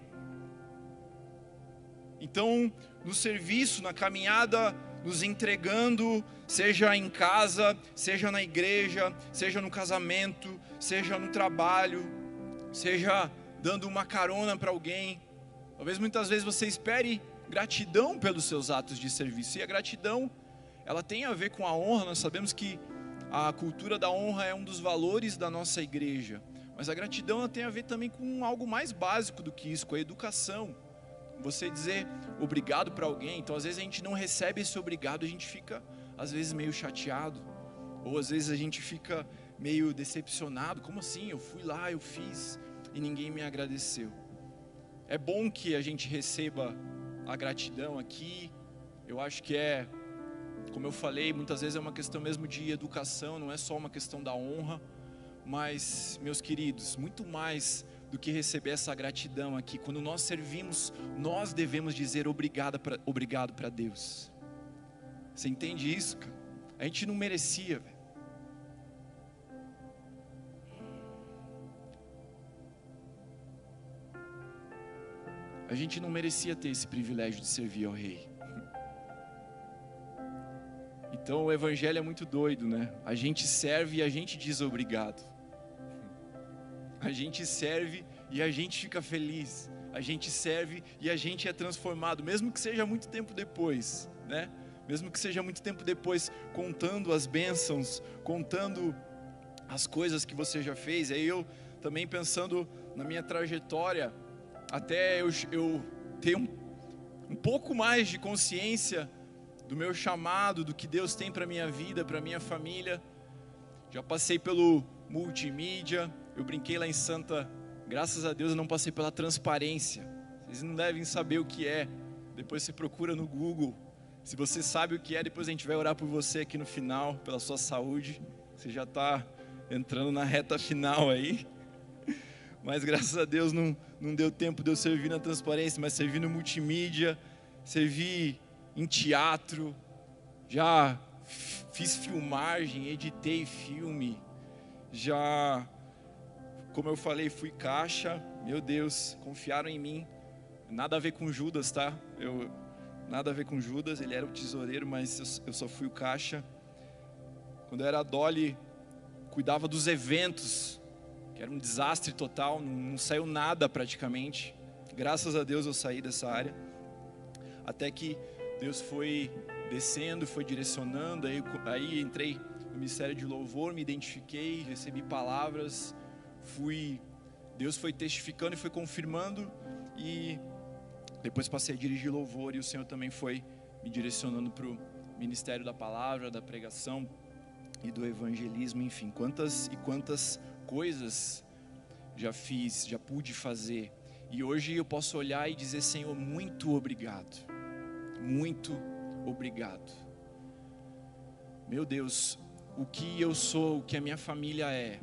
Então, no serviço, na caminhada, nos entregando, seja em casa, seja na igreja, seja no casamento, seja no trabalho, seja dando uma carona para alguém, talvez muitas vezes você espere gratidão pelos seus atos de serviço, e a gratidão, ela tem a ver com a honra. Nós sabemos que a cultura da honra é um dos valores da nossa igreja, mas a gratidão ela tem a ver também com algo mais básico do que isso, com a educação. Você dizer obrigado para alguém. Então às vezes a gente não recebe esse obrigado, a gente fica às vezes meio chateado, ou às vezes a gente fica meio decepcionado. Como assim? Eu fui lá, eu fiz e ninguém me agradeceu. É bom que a gente receba a gratidão aqui. Eu acho que é, como eu falei, muitas vezes é uma questão mesmo de educação, não é só uma questão da honra. Mas, meus queridos, muito mais do que receber essa gratidão aqui, quando nós servimos, nós devemos dizer obrigado para obrigado para Deus. Você entende isso, cara? A gente não merecia, velho. A gente não merecia ter esse privilégio de servir ao Rei. Então o evangelho é muito doido, né? A gente serve e a gente diz obrigado. A gente serve e a gente fica feliz. A gente serve e a gente é transformado, mesmo que seja muito tempo depois, né? Mesmo que seja muito tempo depois, contando as bênçãos, contando as coisas que você já fez. Aí eu também pensando na minha trajetória, até eu, eu ter um, um pouco mais de consciência do meu chamado, do que Deus tem para minha vida, para minha família. Já passei pelo multimídia, eu brinquei lá em Santa, graças a Deus eu não passei pela transparência. Vocês não devem saber o que é, depois você procura no Google. Se você sabe o que é, depois a gente vai orar por você aqui no final, pela sua saúde. Você já está entrando na reta final aí. Mas graças a Deus não, não deu tempo de eu servir na transparência, mas servi no multimídia, servi em teatro, já fiz filmagem, editei filme, já, como eu falei, fui caixa. Meu Deus, confiaram em mim. Nada a ver com Judas, tá? Eu, nada a ver com Judas, ele era o tesoureiro, mas eu, eu só fui o caixa. Quando eu era Dolly, cuidava dos eventos, que era um desastre total, não, não saiu nada praticamente. Graças a Deus eu saí dessa área, até que Deus foi descendo, foi direcionando, aí, aí entrei no ministério de louvor, me identifiquei, recebi palavras, fui, Deus foi testificando e foi confirmando, e depois passei a dirigir louvor, e o Senhor também foi me direcionando para o ministério da palavra, da pregação e do evangelismo. Enfim, quantas e quantas coisas já fiz, já pude fazer, e hoje eu posso olhar e dizer: Senhor, muito obrigado, muito obrigado. Meu Deus, o que eu sou, o que a minha família é,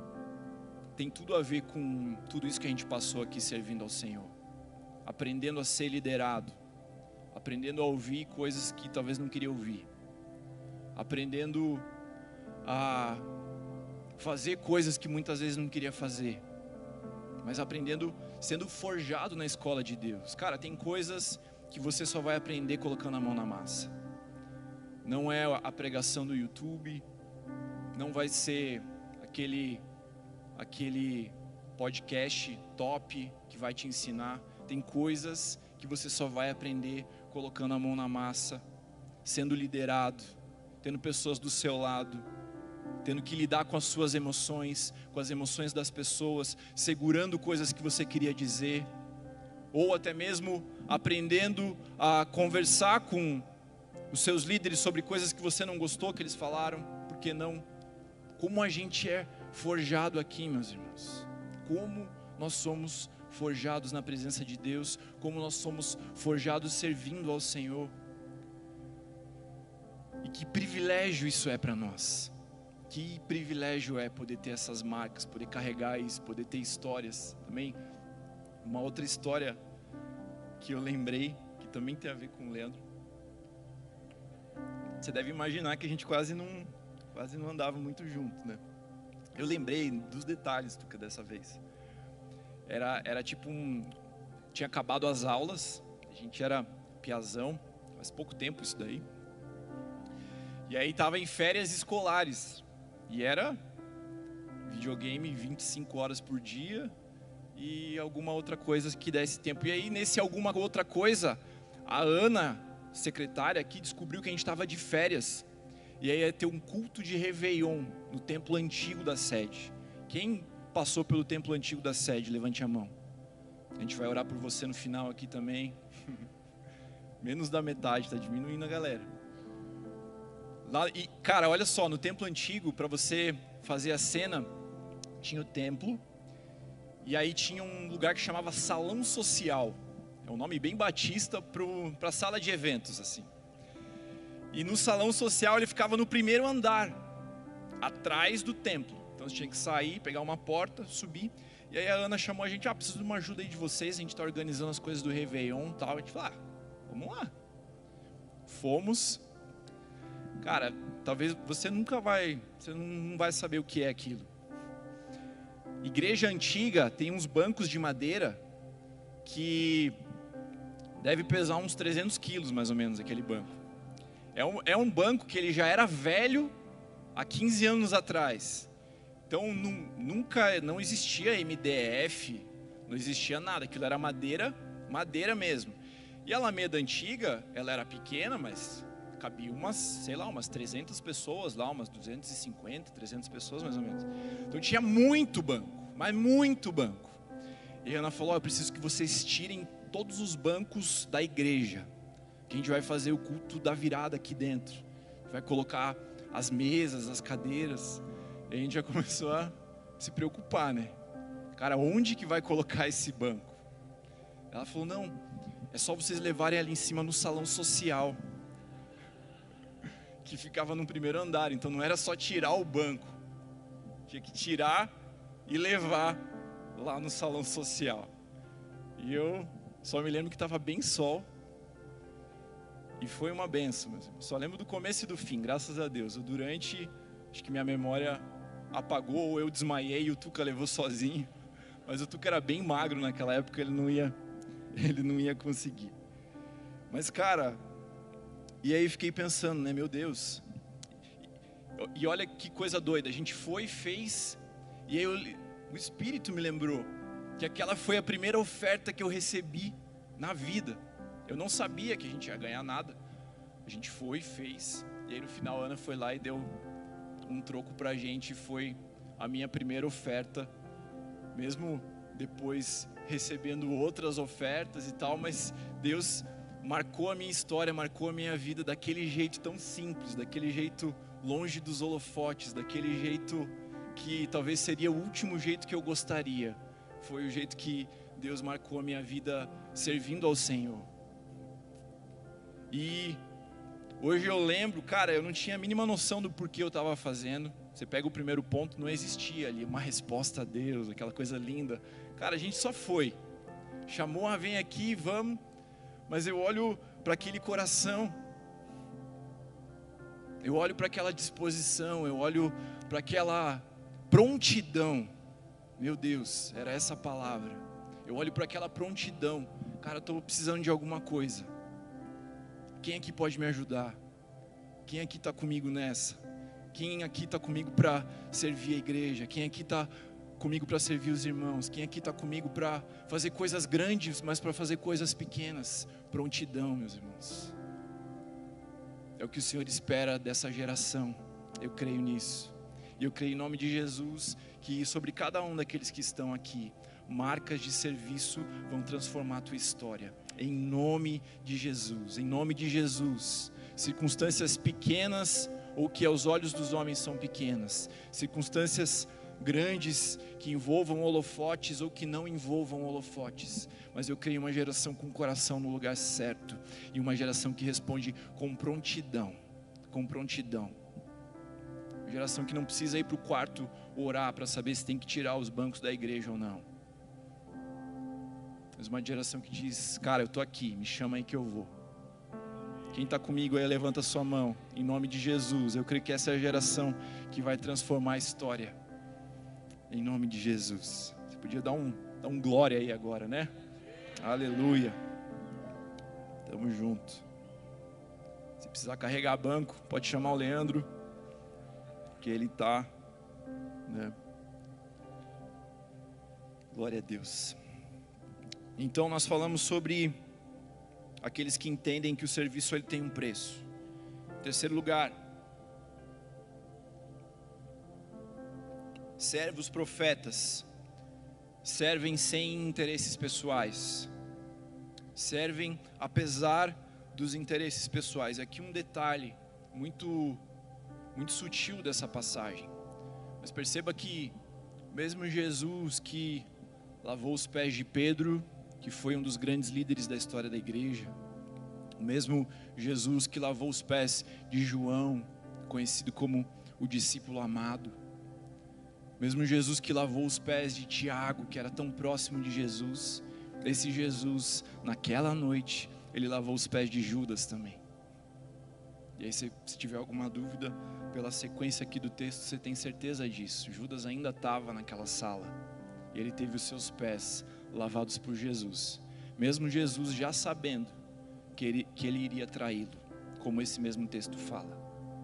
tem tudo a ver com tudo isso que a gente passou aqui servindo ao Senhor, aprendendo a ser liderado, aprendendo a ouvir coisas que talvez não queria ouvir, aprendendo a fazer coisas que muitas vezes não queria fazer, mas aprendendo, sendo forjado na escola de Deus. Cara, tem coisas que você só vai aprender colocando a mão na massa. Não é a pregação do YouTube, não vai ser aquele, aquele podcast top que vai te ensinar. Tem coisas que você só vai aprender colocando a mão na massa, sendo liderado, tendo pessoas do seu lado, tendo que lidar com as suas emoções, com as emoções das pessoas, segurando coisas que você queria dizer, ou até mesmo aprendendo a conversar com os seus líderes sobre coisas que você não gostou que eles falaram, por que não? Como a gente é forjado aqui, meus irmãos, como nós somos forjados na presença de Deus, como nós somos forjados servindo ao Senhor, e que privilégio isso é para nós, que privilégio é poder ter essas marcas, poder carregar isso, poder ter histórias. Também, uma outra história que eu lembrei, que também tem a ver com o Leandro, você deve imaginar que a gente quase não, quase não andava muito junto, né? Eu lembrei dos detalhes, Tuca, dessa vez. Era, era tipo um... Tinha acabado as aulas, a gente era piazão, faz pouco tempo isso daí. E aí estava em férias escolares. E era videogame vinte e cinco horas por dia e alguma outra coisa que desse tempo. E aí, nesse alguma outra coisa, a Ana, secretária aqui, descobriu que a gente estava de férias. E aí ia ter um culto de Réveillon no templo antigo da sede. Quem passou pelo templo antigo da sede? Levante a mão. A gente vai orar por você no final aqui também. Menos da metade, está diminuindo a galera. Lá, e, cara, olha só, no templo antigo, para você fazer a cena, tinha o templo. E aí tinha um lugar que chamava Salão Social. É um nome bem batista para a sala de eventos, assim. E no Salão Social ele ficava no primeiro andar, atrás do templo. Então você tinha que sair, pegar uma porta, subir. E aí a Ana chamou a gente, ah, preciso de uma ajuda aí de vocês, a gente está organizando as coisas do Réveillon e tal. A gente falou, ah, vamos lá. Fomos. Cara, talvez você nunca vai, você não vai saber o que é aquilo. Igreja antiga tem uns bancos de madeira que deve pesar uns trezentos quilos mais ou menos aquele banco. É um, é um banco que ele já era velho há quinze anos atrás. Então nu, nunca, não existia M D F, não existia nada, aquilo era madeira, madeira mesmo. E a Alameda antiga, ela era pequena, mas cabia umas, sei lá, umas trezentas pessoas lá, umas duzentas e cinquenta, trezentas pessoas mais ou menos. Então tinha muito banco, mas muito banco. E a Ana falou, oh, eu preciso que vocês tirem todos os bancos da igreja, que a gente vai fazer o culto da virada aqui dentro. A gente vai colocar as mesas, as cadeiras. E a gente já começou a se preocupar, né? Cara, onde que vai colocar esse banco? Ela falou, não, é só vocês levarem ali em cima no salão social, que ficava no primeiro andar. Então não era só tirar o banco, tinha que tirar e levar lá no salão social. E eu só me lembro que estava bem sol. E foi uma benção, mas só lembro do começo e do fim, graças a Deus. O durante, acho que minha memória apagou, ou eu desmaiei e o Tuca levou sozinho. Mas o Tuca era bem magro naquela época, ele não ia, ele não ia conseguir. Mas cara, e aí fiquei pensando, né, meu Deus. E olha que coisa doida, a gente foi e fez, e aí eu, o Espírito me lembrou que aquela foi a primeira oferta que eu recebi na vida. Eu não sabia que a gente ia ganhar nada. A gente foi e fez. E aí no final a Ana foi lá e deu um troco pra gente. Foi a minha primeira oferta. Mesmo depois recebendo outras ofertas e tal. Mas Deus marcou a minha história, marcou a minha vida daquele jeito tão simples. Daquele jeito longe dos holofotes. Daquele jeito que talvez seria o último jeito que eu gostaria. Foi o jeito que Deus marcou a minha vida servindo ao Senhor. E hoje eu lembro, cara, eu não tinha a mínima noção do porquê eu estava fazendo. Você pega o primeiro ponto, não existia ali uma resposta a Deus, aquela coisa linda. Cara, a gente só foi. Chamou, ah, vem aqui, vamos. Mas eu olho para aquele coração. Eu olho para aquela disposição, eu olho para aquela prontidão. Meu Deus, era essa a palavra. Eu olho para aquela prontidão. Cara, eu estou precisando de alguma coisa. Quem aqui pode me ajudar? Quem aqui está comigo nessa? Quem aqui está comigo para servir a igreja? Quem aqui está comigo para servir os irmãos? Quem aqui está comigo para fazer coisas grandes, mas para fazer coisas pequenas? Prontidão, meus irmãos. É o que o Senhor espera dessa geração. Eu creio nisso. E eu creio em nome de Jesus que sobre cada um daqueles que estão aqui, marcas de serviço vão transformar a tua história. Em nome de Jesus, em nome de Jesus. Circunstâncias pequenas ou que aos olhos dos homens são pequenas. Circunstâncias grandes que envolvam holofotes ou que não envolvam holofotes. Mas eu creio em uma geração com o coração no lugar certo. E uma geração que responde com prontidão. Com prontidão. Uma geração que não precisa ir para o quarto orar para saber se tem que tirar os bancos da igreja ou não. Mas uma geração que diz, cara, eu estou aqui, me chama aí que eu vou. Quem está comigo aí, levanta sua mão, em nome de Jesus. Eu creio que essa é a geração que vai transformar a história. Em nome de Jesus. Você podia dar um, dar um glória aí agora, né? Aleluia. Tamo junto. Se precisar carregar banco, pode chamar o Leandro, que ele está, né? Glória a Deus. Então nós falamos sobre aqueles que entendem que o serviço ele tem um preço. Em terceiro lugar, servos profetas servem sem interesses pessoais, servem apesar dos interesses pessoais. Aqui um detalhe muito, muito sutil dessa passagem, mas perceba que mesmo Jesus que lavou os pés de Pedro, que foi um dos grandes líderes da história da igreja, o mesmo Jesus que lavou os pés de João, conhecido como o discípulo amado, mesmo Jesus que lavou os pés de Tiago, que era tão próximo de Jesus, esse Jesus, naquela noite, ele lavou os pés de Judas também. E aí se, se tiver alguma dúvida, pela sequência aqui do texto, você tem certeza disso. Judas ainda estava naquela sala, e ele teve os seus pés lavados por Jesus, mesmo Jesus já sabendo que ele, que ele iria traí-lo, como esse mesmo texto fala.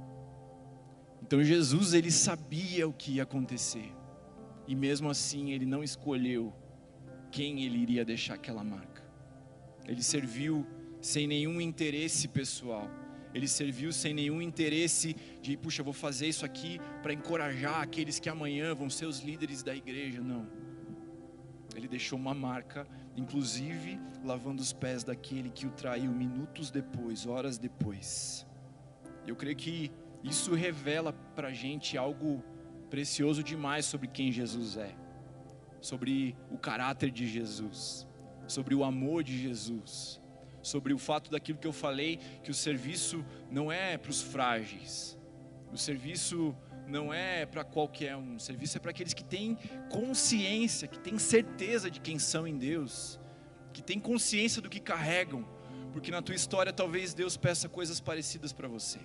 Então Jesus, ele sabia o que ia acontecer, e mesmo assim ele não escolheu quem ele iria deixar aquela marca. Ele serviu sem nenhum interesse pessoal, ele serviu sem nenhum interesse de, puxa, eu vou fazer isso aqui para encorajar aqueles que amanhã vão ser os líderes da igreja, não. Ele deixou uma marca, inclusive lavando os pés daquele que o traiu minutos depois, horas depois. Eu creio que isso revela para a gente algo precioso demais sobre quem Jesus é, sobre o caráter de Jesus, sobre o amor de Jesus, sobre o fato daquilo que eu falei, que o serviço não é para os frágeis, o serviço não é para qualquer um, o serviço é para aqueles que têm consciência, que têm certeza de quem são em Deus, que têm consciência do que carregam, porque na tua história talvez Deus peça coisas parecidas para você,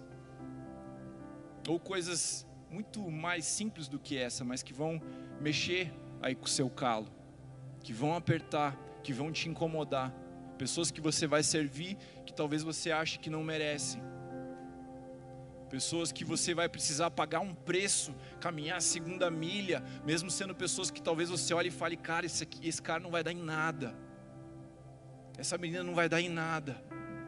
ou coisas muito mais simples do que essa, mas que vão mexer aí com o seu calo, que vão apertar, que vão te incomodar, pessoas que você vai servir, que talvez você ache que não merecem, pessoas que você vai precisar pagar um preço, caminhar a segunda milha, mesmo sendo pessoas que talvez você olhe e fale, cara, esse, aqui, esse cara não vai dar em nada, essa menina não vai dar em nada,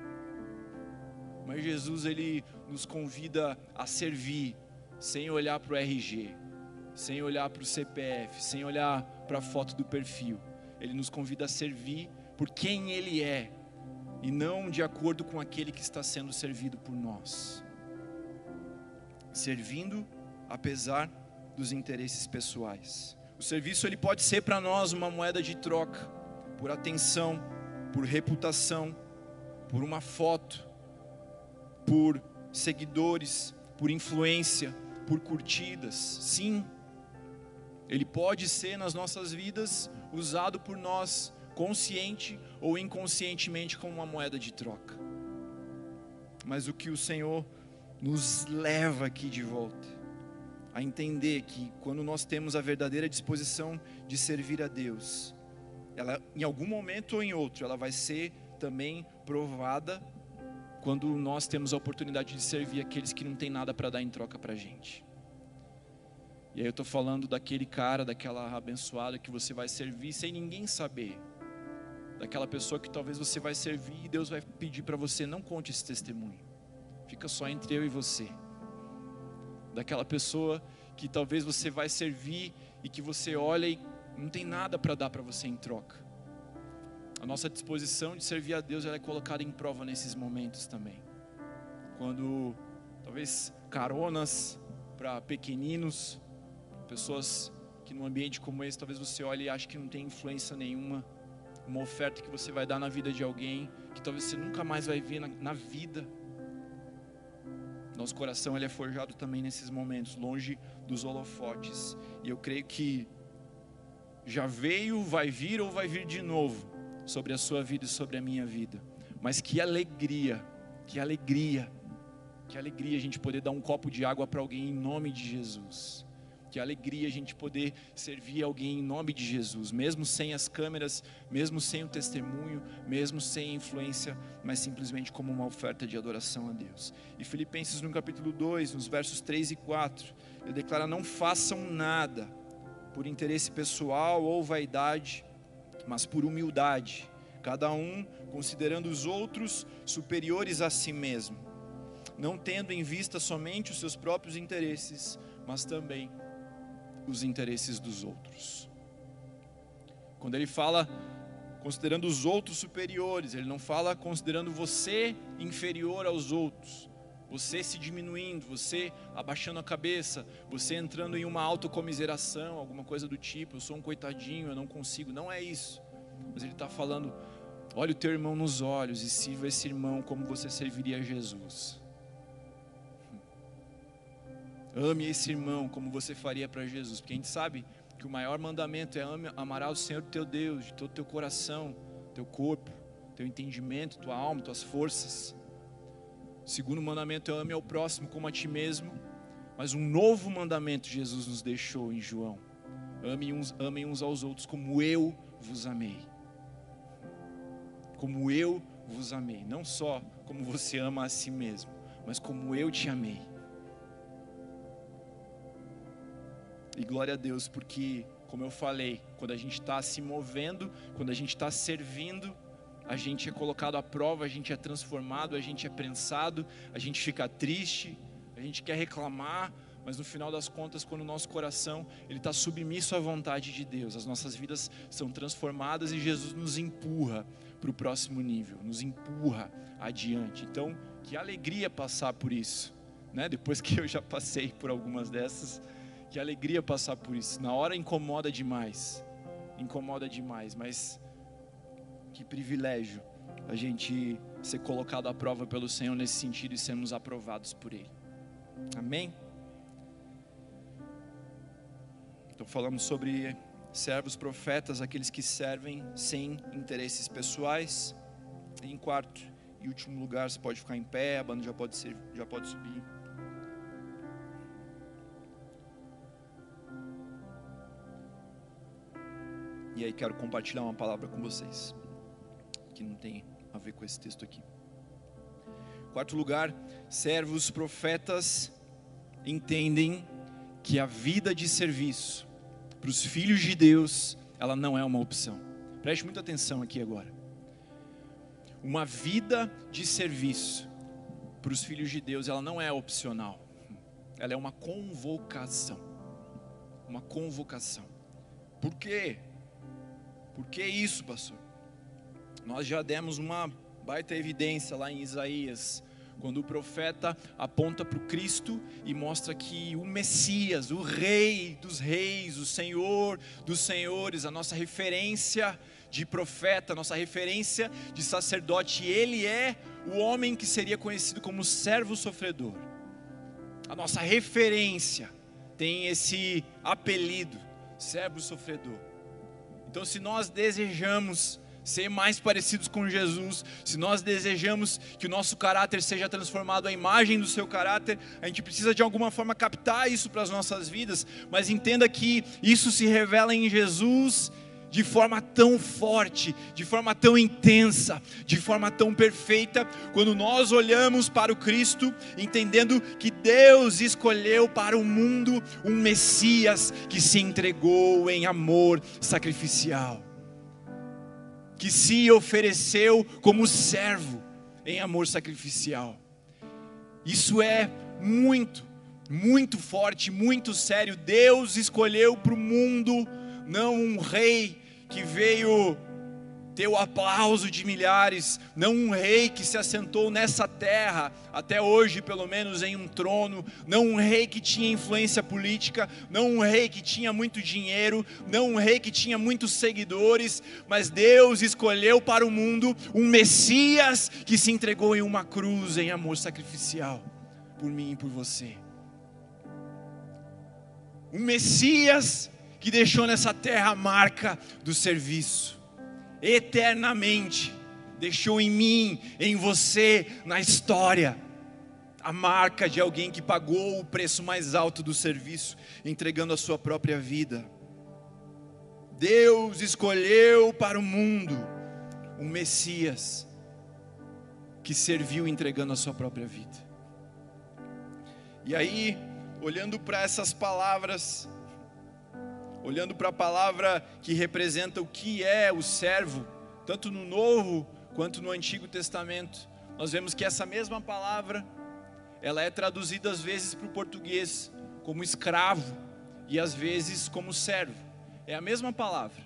mas Jesus, ele nos convida a servir, sem olhar para o R G, sem olhar para o C P F, sem olhar para a foto do perfil, ele nos convida a servir por quem ele é, e não de acordo com aquele que está sendo servido por nós. Servindo apesar dos interesses pessoais. O serviço ele pode ser para nós uma moeda de troca, por atenção, por reputação, por uma foto, por seguidores, por influência, por curtidas. Sim, ele pode ser nas nossas vidas usado por nós, consciente ou inconscientemente, como uma moeda de troca. Mas o que o Senhor nos leva aqui de volta a entender que quando nós temos a verdadeira disposição de servir a Deus, ela em algum momento ou em outro, ela vai ser também provada quando nós temos a oportunidade de servir aqueles que não tem nada para dar em troca para a gente. E aí eu estou falando daquele cara, daquela abençoada que você vai servir sem ninguém saber. Daquela pessoa que talvez você vai servir e Deus vai pedir para você, não conte esse testemunho. Fica só entre eu e você. Daquela pessoa que talvez você vai servir e que você olha e não tem nada para dar para você em troca. A nossa disposição de servir a Deus, ela é colocada em prova nesses momentos também. Quando talvez caronas para pequeninos, pessoas que num ambiente como esse, talvez você olhe e ache que não tem influência nenhuma. Uma oferta que você vai dar na vida de alguém, que talvez você nunca mais vai ver na, na vida. Nosso coração ele é forjado também nesses momentos, longe dos holofotes. E eu creio que já veio, vai vir ou vai vir de novo sobre a sua vida e sobre a minha vida. Mas que alegria, que alegria, que alegria a gente poder dar um copo de água para alguém em nome de Jesus. Que alegria a gente poder servir alguém em nome de Jesus, mesmo sem as câmeras, mesmo sem o testemunho, mesmo sem a influência, mas simplesmente como uma oferta de adoração a Deus. E Filipenses no capítulo dois, nos versos três e quatro, ele declara: não façam nada por interesse pessoal ou vaidade, mas por humildade, cada um considerando os outros superiores a si mesmo, não tendo em vista somente os seus próprios interesses, mas também os interesses dos outros. Quando ele fala considerando os outros superiores, ele não fala considerando você inferior aos outros, você se diminuindo, você abaixando a cabeça, você entrando em uma autocomiseração, alguma coisa do tipo, eu sou um coitadinho, eu não consigo. Não é isso, mas ele está falando: olhe o teu irmão nos olhos e sirva esse irmão como você serviria a Jesus. Ame esse irmão como você faria para Jesus, porque a gente sabe que o maior mandamento é amar ao Senhor teu Deus de todo teu coração, teu corpo, teu entendimento, tua alma, tuas forças. O segundo mandamento é ame ao próximo como a ti mesmo. Mas um novo mandamento Jesus nos deixou em João: amem uns, amem uns aos outros como eu vos amei. Como eu vos amei, não só como você ama a si mesmo, mas como eu te amei. E glória a Deus, porque, como eu falei, quando a gente está se movendo, quando a gente está servindo, a gente é colocado à prova, a gente é transformado, a gente é prensado, a gente fica triste, a gente quer reclamar, mas no final das contas, quando o nosso coração ele está submisso à vontade de Deus, as nossas vidas são transformadas e Jesus nos empurra para o próximo nível, nos empurra adiante. Então, que alegria passar por isso, né? Depois que eu já passei por algumas dessas. Que alegria passar por isso. Na hora incomoda demais, incomoda demais, mas que privilégio a gente ser colocado à prova pelo Senhor nesse sentido e sermos aprovados por Ele. Amém? Então falamos sobre servos profetas, aqueles que servem sem interesses pessoais. E em quarto e último lugar, você pode ficar em pé, a banda já pode, ser, já pode subir. E aí quero compartilhar uma palavra com vocês, que não tem a ver com esse texto aqui. Quarto lugar, servos profetas entendem que a vida de serviço para os filhos de Deus, ela não é uma opção. Preste muita atenção aqui agora. Uma vida de serviço para os filhos de Deus, ela não é opcional. Ela é uma convocação. Uma convocação. Por quê? Por que isso, pastor? Nós já demos uma baita evidência lá em Isaías, quando o profeta aponta para o Cristo e mostra que o Messias, o Rei dos Reis, o Senhor dos Senhores, a nossa referência de profeta, a nossa referência de sacerdote, ele é o homem que seria conhecido como servo sofredor. A nossa referência tem esse apelido, servo sofredor. Então, se nós desejamos ser mais parecidos com Jesus, se nós desejamos que o nosso caráter seja transformado à imagem do seu caráter, a gente precisa de alguma forma captar isso para as nossas vidas, mas entenda que isso se revela em Jesus, de forma tão forte, de forma tão intensa, de forma tão perfeita, quando nós olhamos para o Cristo, entendendo que Deus escolheu para o mundo um Messias que se entregou em amor sacrificial, que se ofereceu como servo em amor sacrificial. Isso é muito, muito forte, muito sério. Deus escolheu para o mundo não um rei que veio ter o aplauso de milhares, não um rei que se assentou nessa terra, até hoje pelo menos em um trono, não um rei que tinha influência política, não um rei que tinha muito dinheiro, não um rei que tinha muitos seguidores, mas Deus escolheu para o mundo um Messias que se entregou em uma cruz em amor sacrificial, por mim e por você. Um Messias que deixou nessa terra a marca do serviço, eternamente, deixou em mim, em você, na história, a marca de alguém que pagou o preço mais alto do serviço, entregando a sua própria vida. Deus escolheu para o mundo um Messias que serviu entregando a sua própria vida. E aí, olhando para essas palavras, olhando para a palavra que representa o que é o servo, tanto no Novo quanto no Antigo Testamento, nós vemos que essa mesma palavra, ela é traduzida às vezes para o português como escravo e às vezes como servo. É a mesma palavra.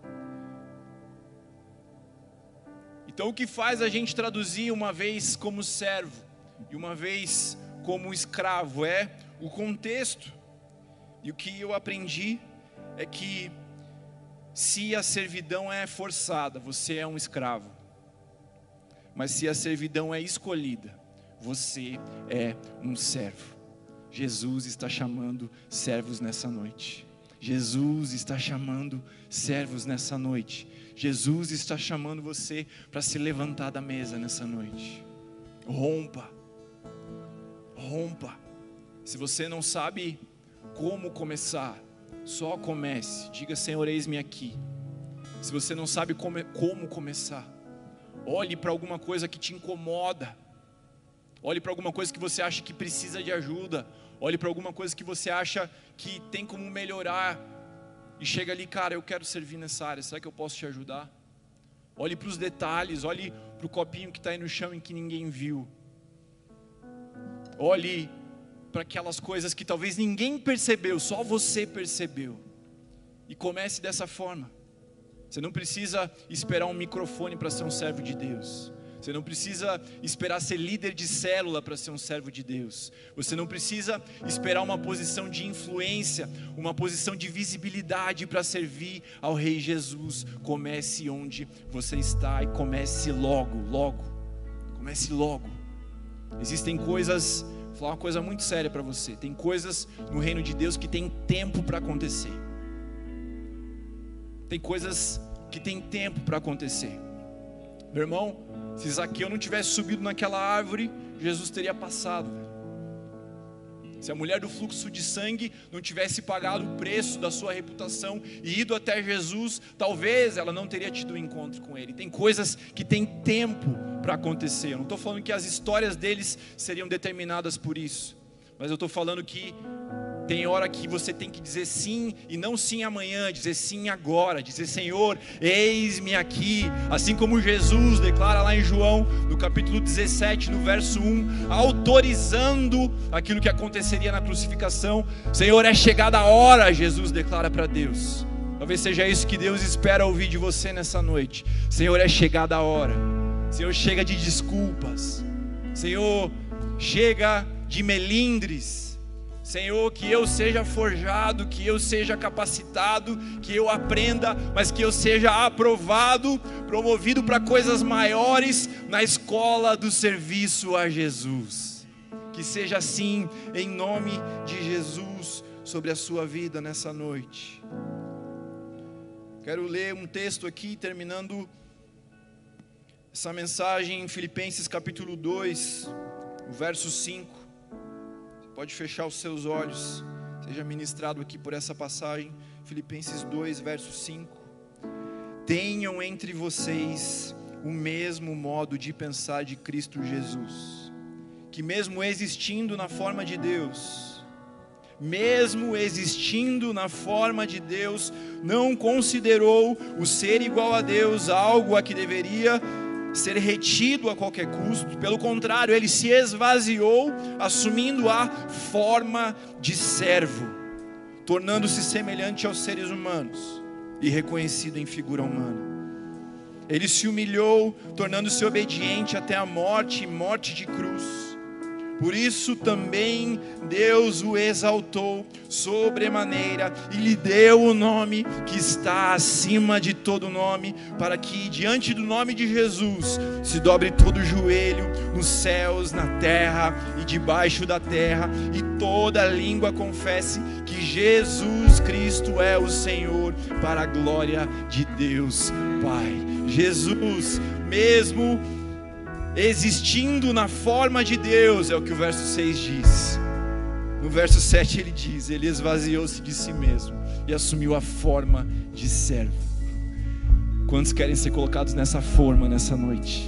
Então o que faz a gente traduzir uma vez como servo e uma vez como escravo é o contexto. E o que eu aprendi é que se a servidão é forçada, você é um escravo. Mas se a servidão é escolhida, você é um servo. Jesus está chamando servos nessa noite. Jesus está chamando servos nessa noite. Jesus está chamando você para se levantar da mesa nessa noite. Rompa. Rompa. Se você não sabe como começar, só comece. Diga: Senhor, eis-me aqui. Se você não sabe como, como começar, olhe para alguma coisa que te incomoda. Olhe para alguma coisa que você acha que precisa de ajuda. Olhe para alguma coisa que você acha que tem como melhorar. E chega ali: cara, eu quero servir nessa área, será que eu posso te ajudar? Olhe para os detalhes, olhe para o copinho que está aí no chão e que ninguém viu. Olhe para aquelas coisas que talvez ninguém percebeu, só você percebeu. E comece dessa forma. Você não precisa esperar um microfone para ser um servo de Deus. Você não precisa esperar ser líder de célula para ser um servo de Deus. Você não precisa esperar uma posição de influência, uma posição de visibilidade para servir ao Rei Jesus. Comece onde você está e comece logo, logo. Comece logo. Existem coisas, vou falar uma coisa muito séria para você. Tem coisas no reino de Deus que tem tempo para acontecer. Tem coisas que tem tempo para acontecer. Meu irmão, se Zaqueu não tivesse subido naquela árvore, Jesus teria passado. Se a mulher do fluxo de sangue não tivesse pagado o preço da sua reputação e ido até Jesus, talvez ela não teria tido um encontro com Ele. Tem coisas que tem tempo para acontecer. Eu não estou falando que as histórias deles seriam determinadas por isso, mas eu estou falando que tem hora que você tem que dizer sim, e não sim amanhã, dizer sim agora, dizer: Senhor, eis-me aqui, assim como Jesus declara lá em João, no capítulo dezessete, no verso um, autorizando aquilo que aconteceria na crucificação. Senhor, é chegada a hora, Jesus declara para Deus. Talvez seja isso que Deus espera ouvir de você nessa noite. Senhor, é chegada a hora. Senhor, chega de desculpas. Senhor, chega de melindres. Senhor, que eu seja forjado, que eu seja capacitado, que eu aprenda, mas que eu seja aprovado, promovido para coisas maiores na escola do serviço a Jesus. Que seja assim, em nome de Jesus, sobre a sua vida nessa noite. Quero ler um texto aqui, terminando essa mensagem em Filipenses capítulo dois, o verso cinco. Pode fechar os seus olhos, seja ministrado aqui por essa passagem. Filipenses dois, verso cinco. tenham entre vocês o mesmo modo de pensar de Cristo Jesus, que mesmo existindo na forma de Deus, mesmo existindo na forma de Deus, não considerou o ser igual a Deus algo a que deveria ser retido a qualquer custo. Pelo contrário, ele se esvaziou, assumindo a forma de servo, tornando-se semelhante aos seres humanos e reconhecido em figura humana. Ele se humilhou, tornando-se obediente até a morte, morte de cruz. Por isso também Deus o exaltou sobremaneira e lhe deu o nome que está acima de todo nome, para que diante do nome de Jesus se dobre todo o joelho nos céus, na terra e debaixo da terra, e toda língua confesse que Jesus Cristo é o Senhor, para a glória de Deus Pai. Jesus, mesmo existindo na forma de Deus, é o que o verso seis diz. No verso sete ele diz: ele esvaziou-se de si mesmo e assumiu a forma de servo. Quantos querem ser colocados nessa forma nessa noite?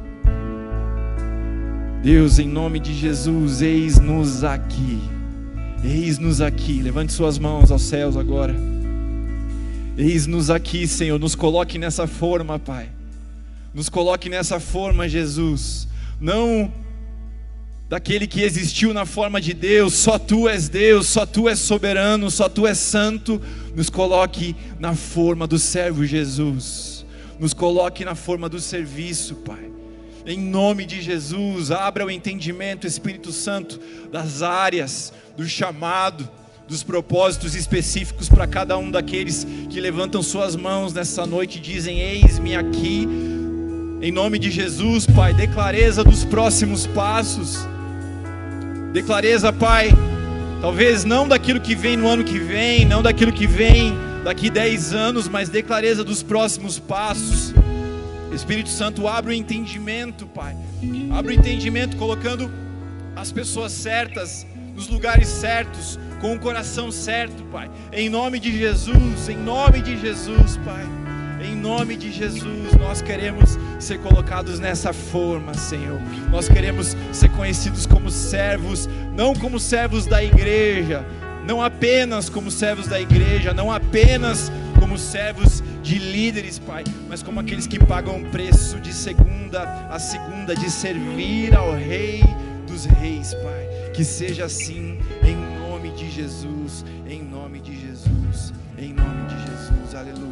Deus, em nome de Jesus, eis-nos aqui, eis-nos aqui. Levante suas mãos aos céus agora. Eis-nos aqui, Senhor, nos coloque nessa forma, Pai. Nos coloque nessa forma, Jesus, não daquele que existiu na forma de Deus. Só Tu és Deus, só Tu és soberano, só Tu és santo. Nos coloque na forma do servo Jesus, nos coloque na forma do serviço, Pai. Em nome de Jesus, abra o entendimento, Espírito Santo, das áreas, do chamado, dos propósitos específicos para cada um daqueles que levantam suas mãos nessa noite e dizem: eis-me aqui. Em nome de Jesus, Pai, dê clareza dos próximos passos. Dê clareza, Pai, talvez não daquilo que vem no ano que vem, não daquilo que vem daqui dez anos, mas dê clareza dos próximos passos. Espírito Santo, abre o entendimento, Pai. Abre o entendimento, colocando as pessoas certas nos lugares certos, com o coração certo, Pai. Em nome de Jesus, em nome de Jesus, Pai. Em nome de Jesus, nós queremos ser colocados nessa forma, Senhor. Nós queremos ser conhecidos como servos, não como servos da igreja, não apenas como servos da igreja, não apenas como servos de líderes, Pai, mas como aqueles que pagam o preço de segunda a segunda, de servir ao Rei dos Reis, Pai. Que seja assim, em nome de Jesus, em nome de Jesus, em nome de Jesus, aleluia.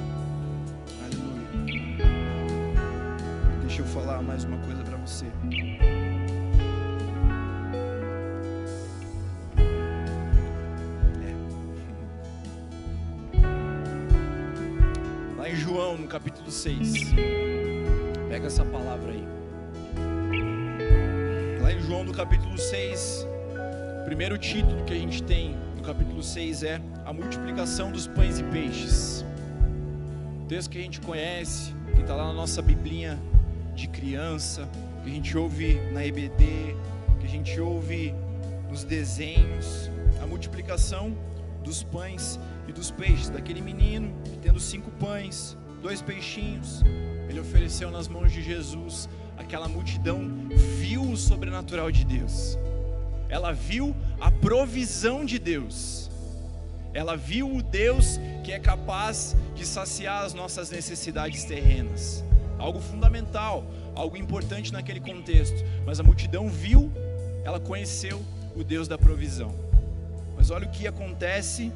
Deixa eu falar mais uma coisa para você. É. Lá em João, no capítulo seis, pega essa palavra aí. Lá em João, no capítulo seis, o primeiro título que a gente tem no capítulo seis é a multiplicação dos pães e peixes. O texto que a gente conhece, que está lá na nossa biblinha de criança, que a gente ouve na E B D, que a gente ouve nos desenhos, a multiplicação dos pães e dos peixes, daquele menino que, tendo cinco pães, dois peixinhos, ele ofereceu nas mãos de Jesus. Aquela multidão viu o sobrenatural de Deus, ela viu a provisão de Deus, ela viu o Deus que é capaz de saciar as nossas necessidades terrenas. Algo fundamental, algo importante naquele contexto. Mas a multidão viu, ela conheceu o Deus da provisão. Mas olha o que acontece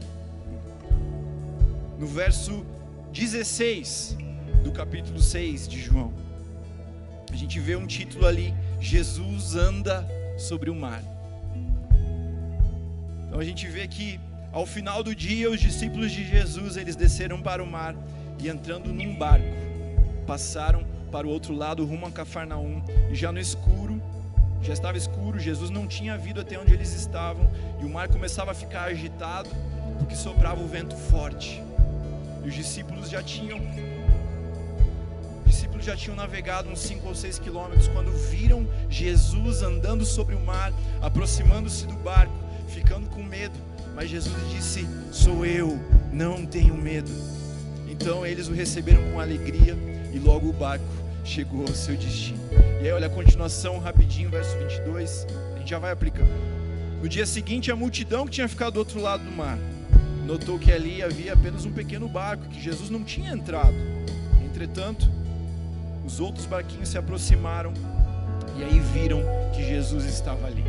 no verso dezesseis do capítulo seis de João. A gente vê um título ali: Jesus anda sobre o mar. Então a gente vê que ao final do dia os discípulos de Jesus, eles desceram para o mar e, entrando num barco, passaram para o outro lado, rumo a Cafarnaum. E já no escuro, já estava escuro, Jesus não tinha vindo até onde eles estavam, e o mar começava a ficar agitado, porque soprava o vento forte. E os discípulos já tinham os discípulos já tinham navegado uns cinco ou seis quilômetros, quando viram Jesus andando sobre o mar, aproximando-se do barco, ficando com medo. Mas Jesus disse: sou eu, não tenho medo. Então eles o receberam com alegria e logo o barco chegou ao seu destino. E aí olha a continuação rapidinho, verso vinte e dois, a gente já vai aplicando. No dia seguinte, a multidão que tinha ficado do outro lado do mar notou que ali havia apenas um pequeno barco, que Jesus não tinha entrado. Entretanto, os outros barquinhos se aproximaram e aí viram que Jesus estava ali.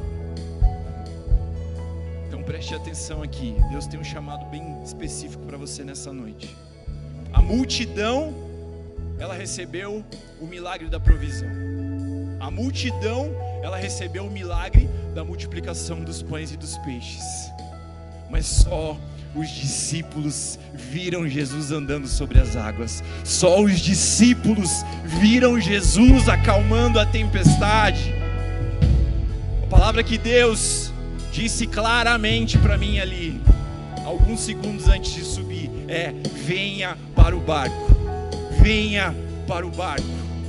Então preste atenção aqui, Deus tem um chamado bem específico para você nessa noite. A multidão, ela recebeu o milagre da provisão. A multidão, ela recebeu o milagre da multiplicação dos pães e dos peixes. Mas só os discípulos viram Jesus andando sobre as águas. Só os discípulos viram Jesus acalmando a tempestade. A palavra que Deus disse claramente para mim ali, alguns segundos antes de subir, é: venha para o barco. Venha para o barco.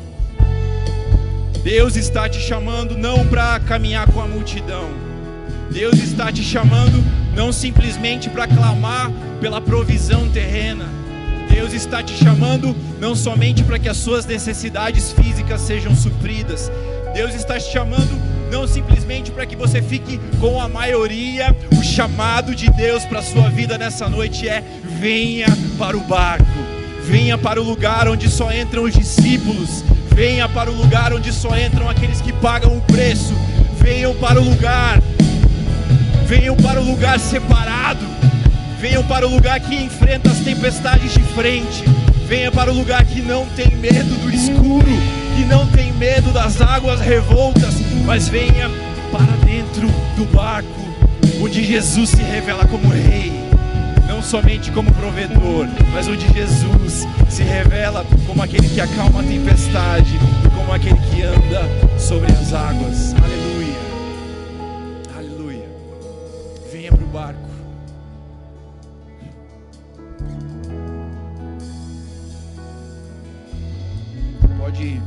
Deus está te chamando não para caminhar com a multidão. Deus está te chamando não simplesmente para clamar pela provisão terrena. Deus está te chamando não somente para que as suas necessidades físicas sejam supridas. Deus está te chamando não simplesmente para que você fique com a maioria. O chamado de Deus para a sua vida nessa noite é: venha para o barco. Venha para o lugar onde só entram os discípulos. Venha para o lugar onde só entram aqueles que pagam o preço. Venham para o lugar Venham para o lugar separado. Venham para o lugar que enfrenta as tempestades de frente. Venha para o lugar que não tem medo do escuro, que não tem medo das águas revoltas, mas venha para dentro do barco, onde Jesus se revela como Rei, não somente como provedor, mas onde Jesus se revela como aquele que acalma a tempestade e como aquele que anda sobre as águas. Aleluia. Barco. Pode,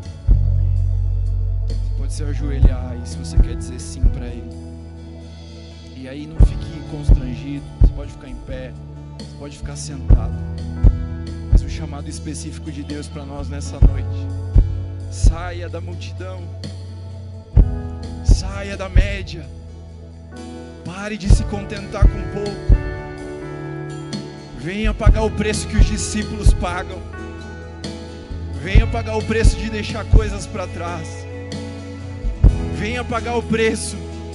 pode se ajoelhar aí se você quer dizer sim para Ele. E aí não fique constrangido. Você pode ficar em pé, você pode ficar sentado. Mas o chamado específico de Deus para nós nessa noite: saia da multidão, saia da média. Pare de se contentar com pouco. Venha pagar o preço que os discípulos pagam. Venha pagar o preço de deixar coisas para trás. Venha pagar o preço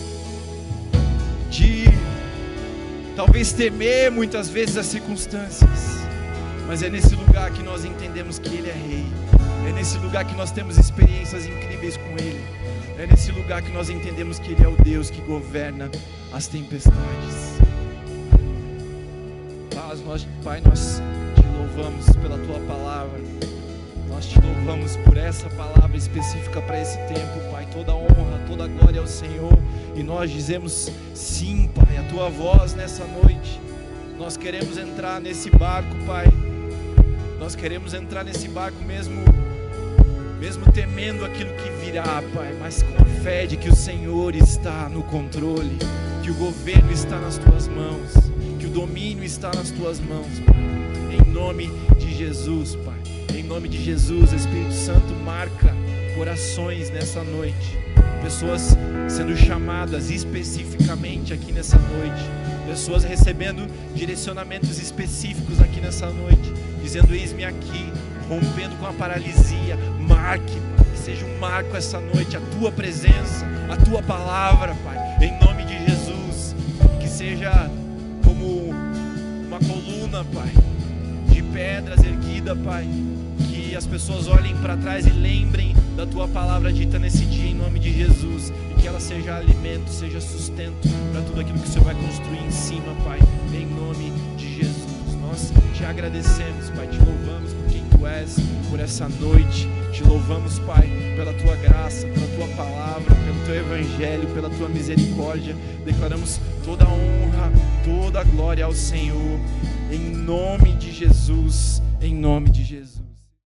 de talvez temer muitas vezes as circunstâncias. Mas é nesse lugar que nós entendemos que Ele é Rei. É nesse lugar que nós temos experiências incríveis com Ele. É nesse lugar que nós entendemos que Ele é o Deus que governa as tempestades. Nós, Pai, nós te louvamos pela Tua palavra. Nós te louvamos por essa palavra específica para esse tempo, Pai. Toda honra, toda glória ao Senhor. E nós dizemos sim, Pai, a Tua voz nessa noite. Nós queremos entrar nesse barco, Pai. Nós queremos entrar nesse barco mesmo Mesmo temendo aquilo que virá, Pai, mas com a fé de que o Senhor está no controle, que o governo está nas Tuas mãos, que o domínio está nas Tuas mãos, Pai. Em nome de Jesus, Pai. Em nome de Jesus, Espírito Santo, marca corações nessa noite. Pessoas sendo chamadas especificamente aqui nessa noite. Pessoas recebendo direcionamentos específicos aqui nessa noite, dizendo: eis-me aqui, rompendo com a paralisia. Marque, Pai, que seja um marco essa noite, a Tua presença, a Tua palavra, Pai, em nome de Jesus. Que seja como uma coluna, Pai, de pedras erguida, Pai, que as pessoas olhem para trás e lembrem da Tua palavra dita nesse dia, em nome de Jesus, e que ela seja alimento, seja sustento para tudo aquilo que o Senhor vai construir em cima, Pai, em nome de Jesus. Nós te agradecemos, Pai, te louvamos por quem Tu és, por essa noite. Te louvamos, Pai, pela Tua graça, pela Tua palavra, pelo Teu evangelho, pela Tua misericórdia. Declaramos toda a honra, toda a glória ao Senhor, em nome de Jesus, em nome de Jesus.